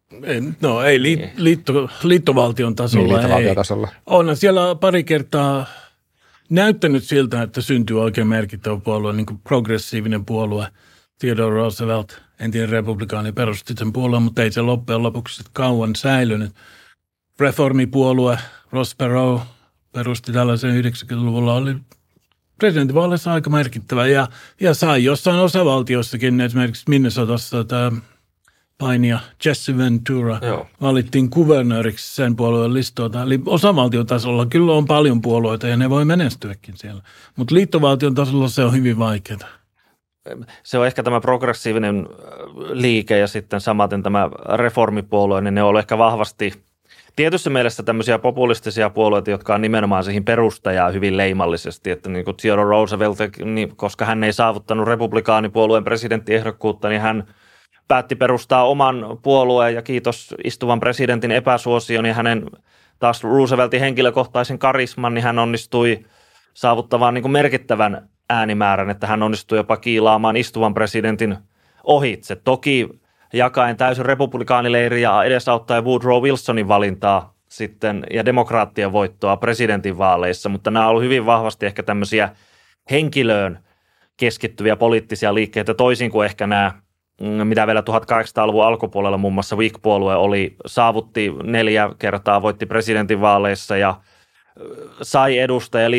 Ei liittovaltion tasolla. Niin, liittovaltion tasolla. On siellä pari kertaa näyttänyt siltä, että syntyy oikein merkittävä puolue, niin kuin progressiivinen puolue. Theodore Roosevelt, entinen republikaani, perusti sen puolueen, mutta ei se loppujen lopuksi kauan säilynyt. Reformipuolue, Ross Perot perusti tällaisen 90-luvulla, oli presidentinvaaleissa aika merkittävä ja sai jossain osavaltiossakin, esimerkiksi Minnesotassa tämä painija Jesse Ventura valittiin kuvernööriksi sen puolueen listoilta. Eli osavaltiotasolla kyllä on paljon puolueita ja ne voi menestyäkin siellä, mutta liittovaltion tasolla se on hyvin vaikeaa. Se on ehkä tämä progressiivinen liike ja sitten samaten tämä reformipuolue, niin ne on ehkä vahvasti tietyssä mielessä tämmöisiä populistisia puolueita, jotka on nimenomaan siihen perustajaa hyvin leimallisesti, että niin kuin Theodore Roosevelt, niin koska hän ei saavuttanut republikaanipuolueen presidenttiehdokkuutta, niin hän päätti perustaa oman puolueen ja kiitos istuvan presidentin epäsuosion ja hänen taas Rooseveltin henkilökohtaisen karisman, niin hän onnistui saavuttamaan niin kuin merkittävän äänimäärän, että hän onnistui jopa kiilaamaan istuvan presidentin ohitse. Toki jakaen täysin republikaanileiri ja edesauttaen Woodrow Wilsonin valintaa sitten ja demokraattien voittoa presidentinvaaleissa, mutta nämä on ollut hyvin vahvasti ehkä tämmöisiä henkilöön keskittyviä poliittisia liikkeitä, toisin kuin ehkä nämä, mitä vielä 1800-luvun alkupuolella muun muassa Whig-puolue saavutti 4 kertaa, voitti presidentinvaaleissa ja sai edustaja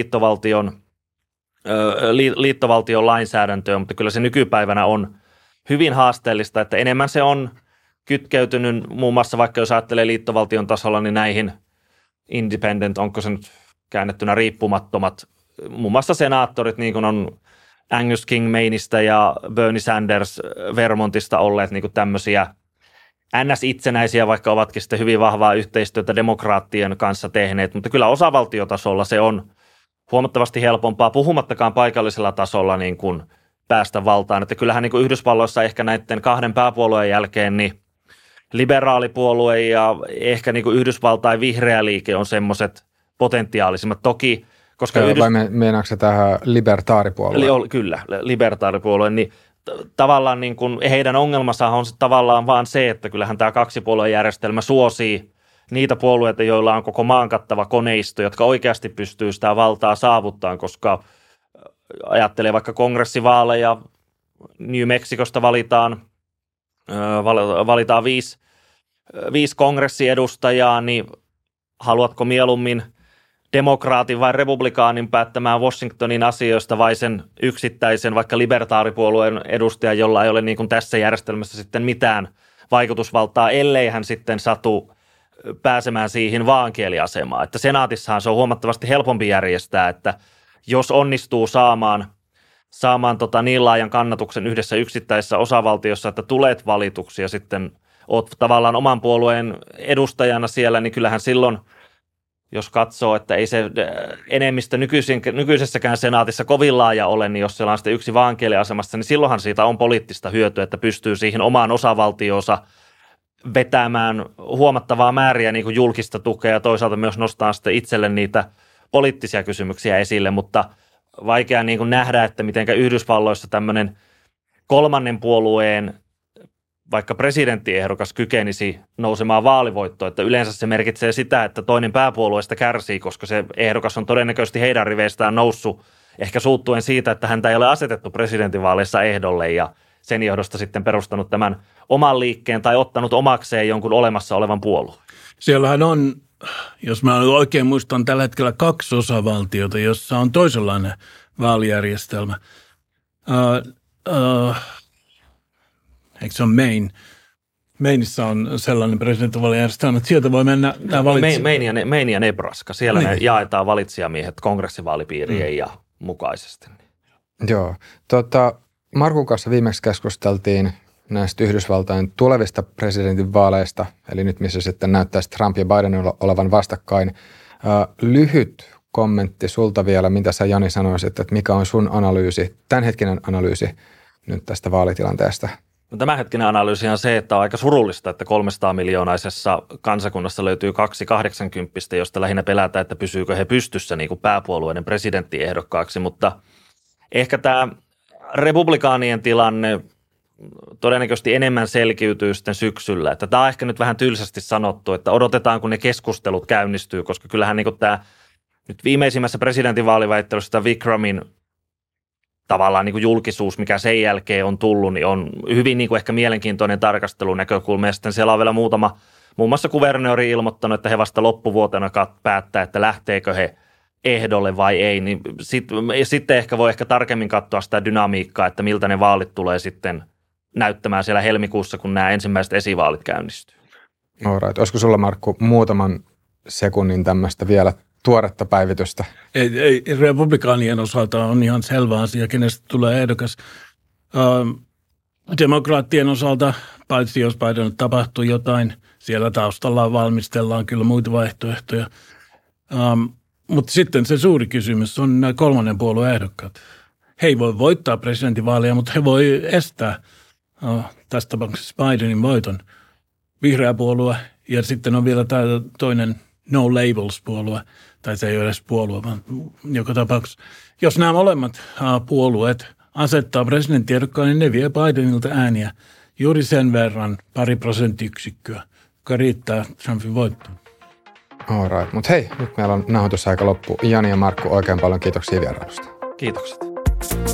liittovaltion lainsäädäntöön, mutta kyllä se nykypäivänä on hyvin haasteellista, että enemmän se on kytkeytynyt muun muassa vaikka jos ajattelee liittovaltion tasolla, niin näihin independent, onko se nyt käännettynä riippumattomat, muun muassa senaattorit, niin kuin on Angus King Maineista ja Bernie Sanders Vermontista olleet niin kuin tämmöisiä NS-itsenäisiä, vaikka ovatkin sitten hyvin vahvaa yhteistyötä demokraattien kanssa tehneet, mutta kyllä osavaltiotasolla se on huomattavasti helpompaa, puhumattakaan paikallisella tasolla niin kuin päästä valtaan. Että kyllähän niin kuin Yhdysvalloissa ehkä näiden 2 pääpuolueen jälkeen, niin liberaalipuolue ja ehkä niin kuin Yhdysvaltain vihreä liike on semmoiset potentiaalisimmat. Toki, koska vai meinaatko se tähän libertaaripuolueen? Kyllä, libertaaripuolue, niin tavallaan niin kuin heidän ongelmansa on se tavallaan vaan se, että kyllähän tämä kaksipuoluejärjestelmä suosii niitä puolueita, joilla on koko maan kattava koneisto, jotka oikeasti pystyy sitä valtaa saavuttaa, koska ajattelee vaikka kongressivaaleja, New Mexicosta valitaan 5 kongressiedustajaa, niin haluatko mieluummin demokraatin vai republikaanin päättämään Washingtonin asioista vai sen yksittäisen vaikka libertaaripuolueen edustajan, jolla ei ole niin kuin tässä järjestelmässä sitten mitään vaikutusvaltaa, ellei hän sitten satu pääsemään siihen vaankieliasemaan. Että senaatissahan se on huomattavasti helpompi järjestää, että jos onnistuu saamaan niin laajan kannatuksen yhdessä yksittäisessä osavaltiossa, että tulet valituksi ja sitten oot tavallaan oman puolueen edustajana siellä, niin kyllähän silloin, jos katsoo, että ei se enemmistö nykyisessäkään senaatissa kovin laaja ole, niin jos siellä on sitten yksi vaankieliasemassa, niin silloinhan siitä on poliittista hyötyä, että pystyy siihen omaan osavaltioonsa vetämään huomattavaa määriä niin kuin julkista tukea ja toisaalta myös nostaa sitten itselle niitä poliittisia kysymyksiä esille, mutta vaikea niin kuin nähdä, että mitenkä Yhdysvalloissa tämmöinen kolmannen puolueen vaikka presidenttiehdokas kykenisi nousemaan vaalivoittoon, että yleensä se merkitsee sitä, että toinen pääpuolueesta kärsii, koska se ehdokas on todennäköisesti heidän riveistään noussut ehkä suuttuen siitä, että häntä ei ole asetettu presidentinvaaleissa ehdolle ja sen johdosta sitten perustanut tämän oman liikkeen tai ottanut omakseen jonkun olemassa olevan puolueen. Siellähän on, jos mä oikein muistan, tällä hetkellä 2 osavaltiota, jossa on toisenlainen vaalijärjestelmä. Eikö se ole Maine? Mainissa on sellainen presidentinvaalijärjestelmä, että sieltä voi mennä nämä valitsijat. Maine ja Nebraska. Siellä niin. Ne jaetaan valitsijamiehet kongressivaalipiirien ja mukaisesti. Joo. Markun kanssa viimeksi keskusteltiin näistä Yhdysvaltain tulevista presidentinvaaleista, eli nyt missä sitten näyttäisi Trump ja Biden olevan vastakkain. Lyhyt kommentti sulta vielä, mitä sä Jani sanoisit, että mikä on sun analyysi, tämänhetkinen analyysi nyt tästä vaalitilanteesta? No, tämänhetkinen analyysi on se, että on aika surullista, että 300-miljoonaisessa kansakunnassa löytyy 2 80, josta lähinnä pelätään, että pysyykö he pystyssä niin kuin pääpuolueiden presidenttiehdokkaaksi, mutta ehkä tämä republikaanien tilanne todennäköisesti enemmän selkiytyy sitten syksyllä. Että tämä on ehkä nyt vähän tylsästi sanottu, että odotetaan kun ne keskustelut käynnistyy, koska kyllähän niin kuin tämä nyt viimeisimmässä presidentinvaaliväittelyssä tämä Vikramin tavallaan niin kuin julkisuus, mikä sen jälkeen on tullut, niin on hyvin niin kuin ehkä mielenkiintoinen tarkastelunäkökulma. Ja sitten siellä on vielä muun muassa kuvernööri ilmoittanut, että he vasta loppuvuotena päättää, että lähteekö he ehdolle vai ei. Niin sitten ehkä voi tarkemmin katsoa sitä dynamiikkaa, että miltä ne vaalit tulee sitten näyttämään siellä helmikuussa, kun nämä ensimmäiset esivaalit käynnistyy. Alright. Olisiko sulla, Markku, muutaman sekunnin tämmöistä vielä tuoretta päivitystä? Ei, republikaanien osalta on ihan selvä asia, kenestä tulee ehdokas. Demokraattien osalta, paitsi jos Biden tapahtuu jotain, siellä taustalla valmistellaan kyllä muita vaihtoehtoja. Mutta sitten se suuri kysymys on nämä kolmannen puolueen ehdokkaat. He ei voi voittaa presidentinvaaleja, mutta he voi estää tässä tapauksessa Bidenin voiton. Vihreä puolue ja sitten on vielä tämä toinen No Labels-puolue, tai se ei ole edes puolue, vaan joka tapauksessa. Jos nämä molemmat puolueet asettaa presidenttiehdokkaan, niin ne vie Bidenilta ääniä juuri sen verran, 2%, joka riittää Trumpin voittoon. Alright, mutta hei, nyt meillä on nauhoitusaika loppu. Jani ja Markku, oikein paljon kiitoksia vierailusta. Kiitokset.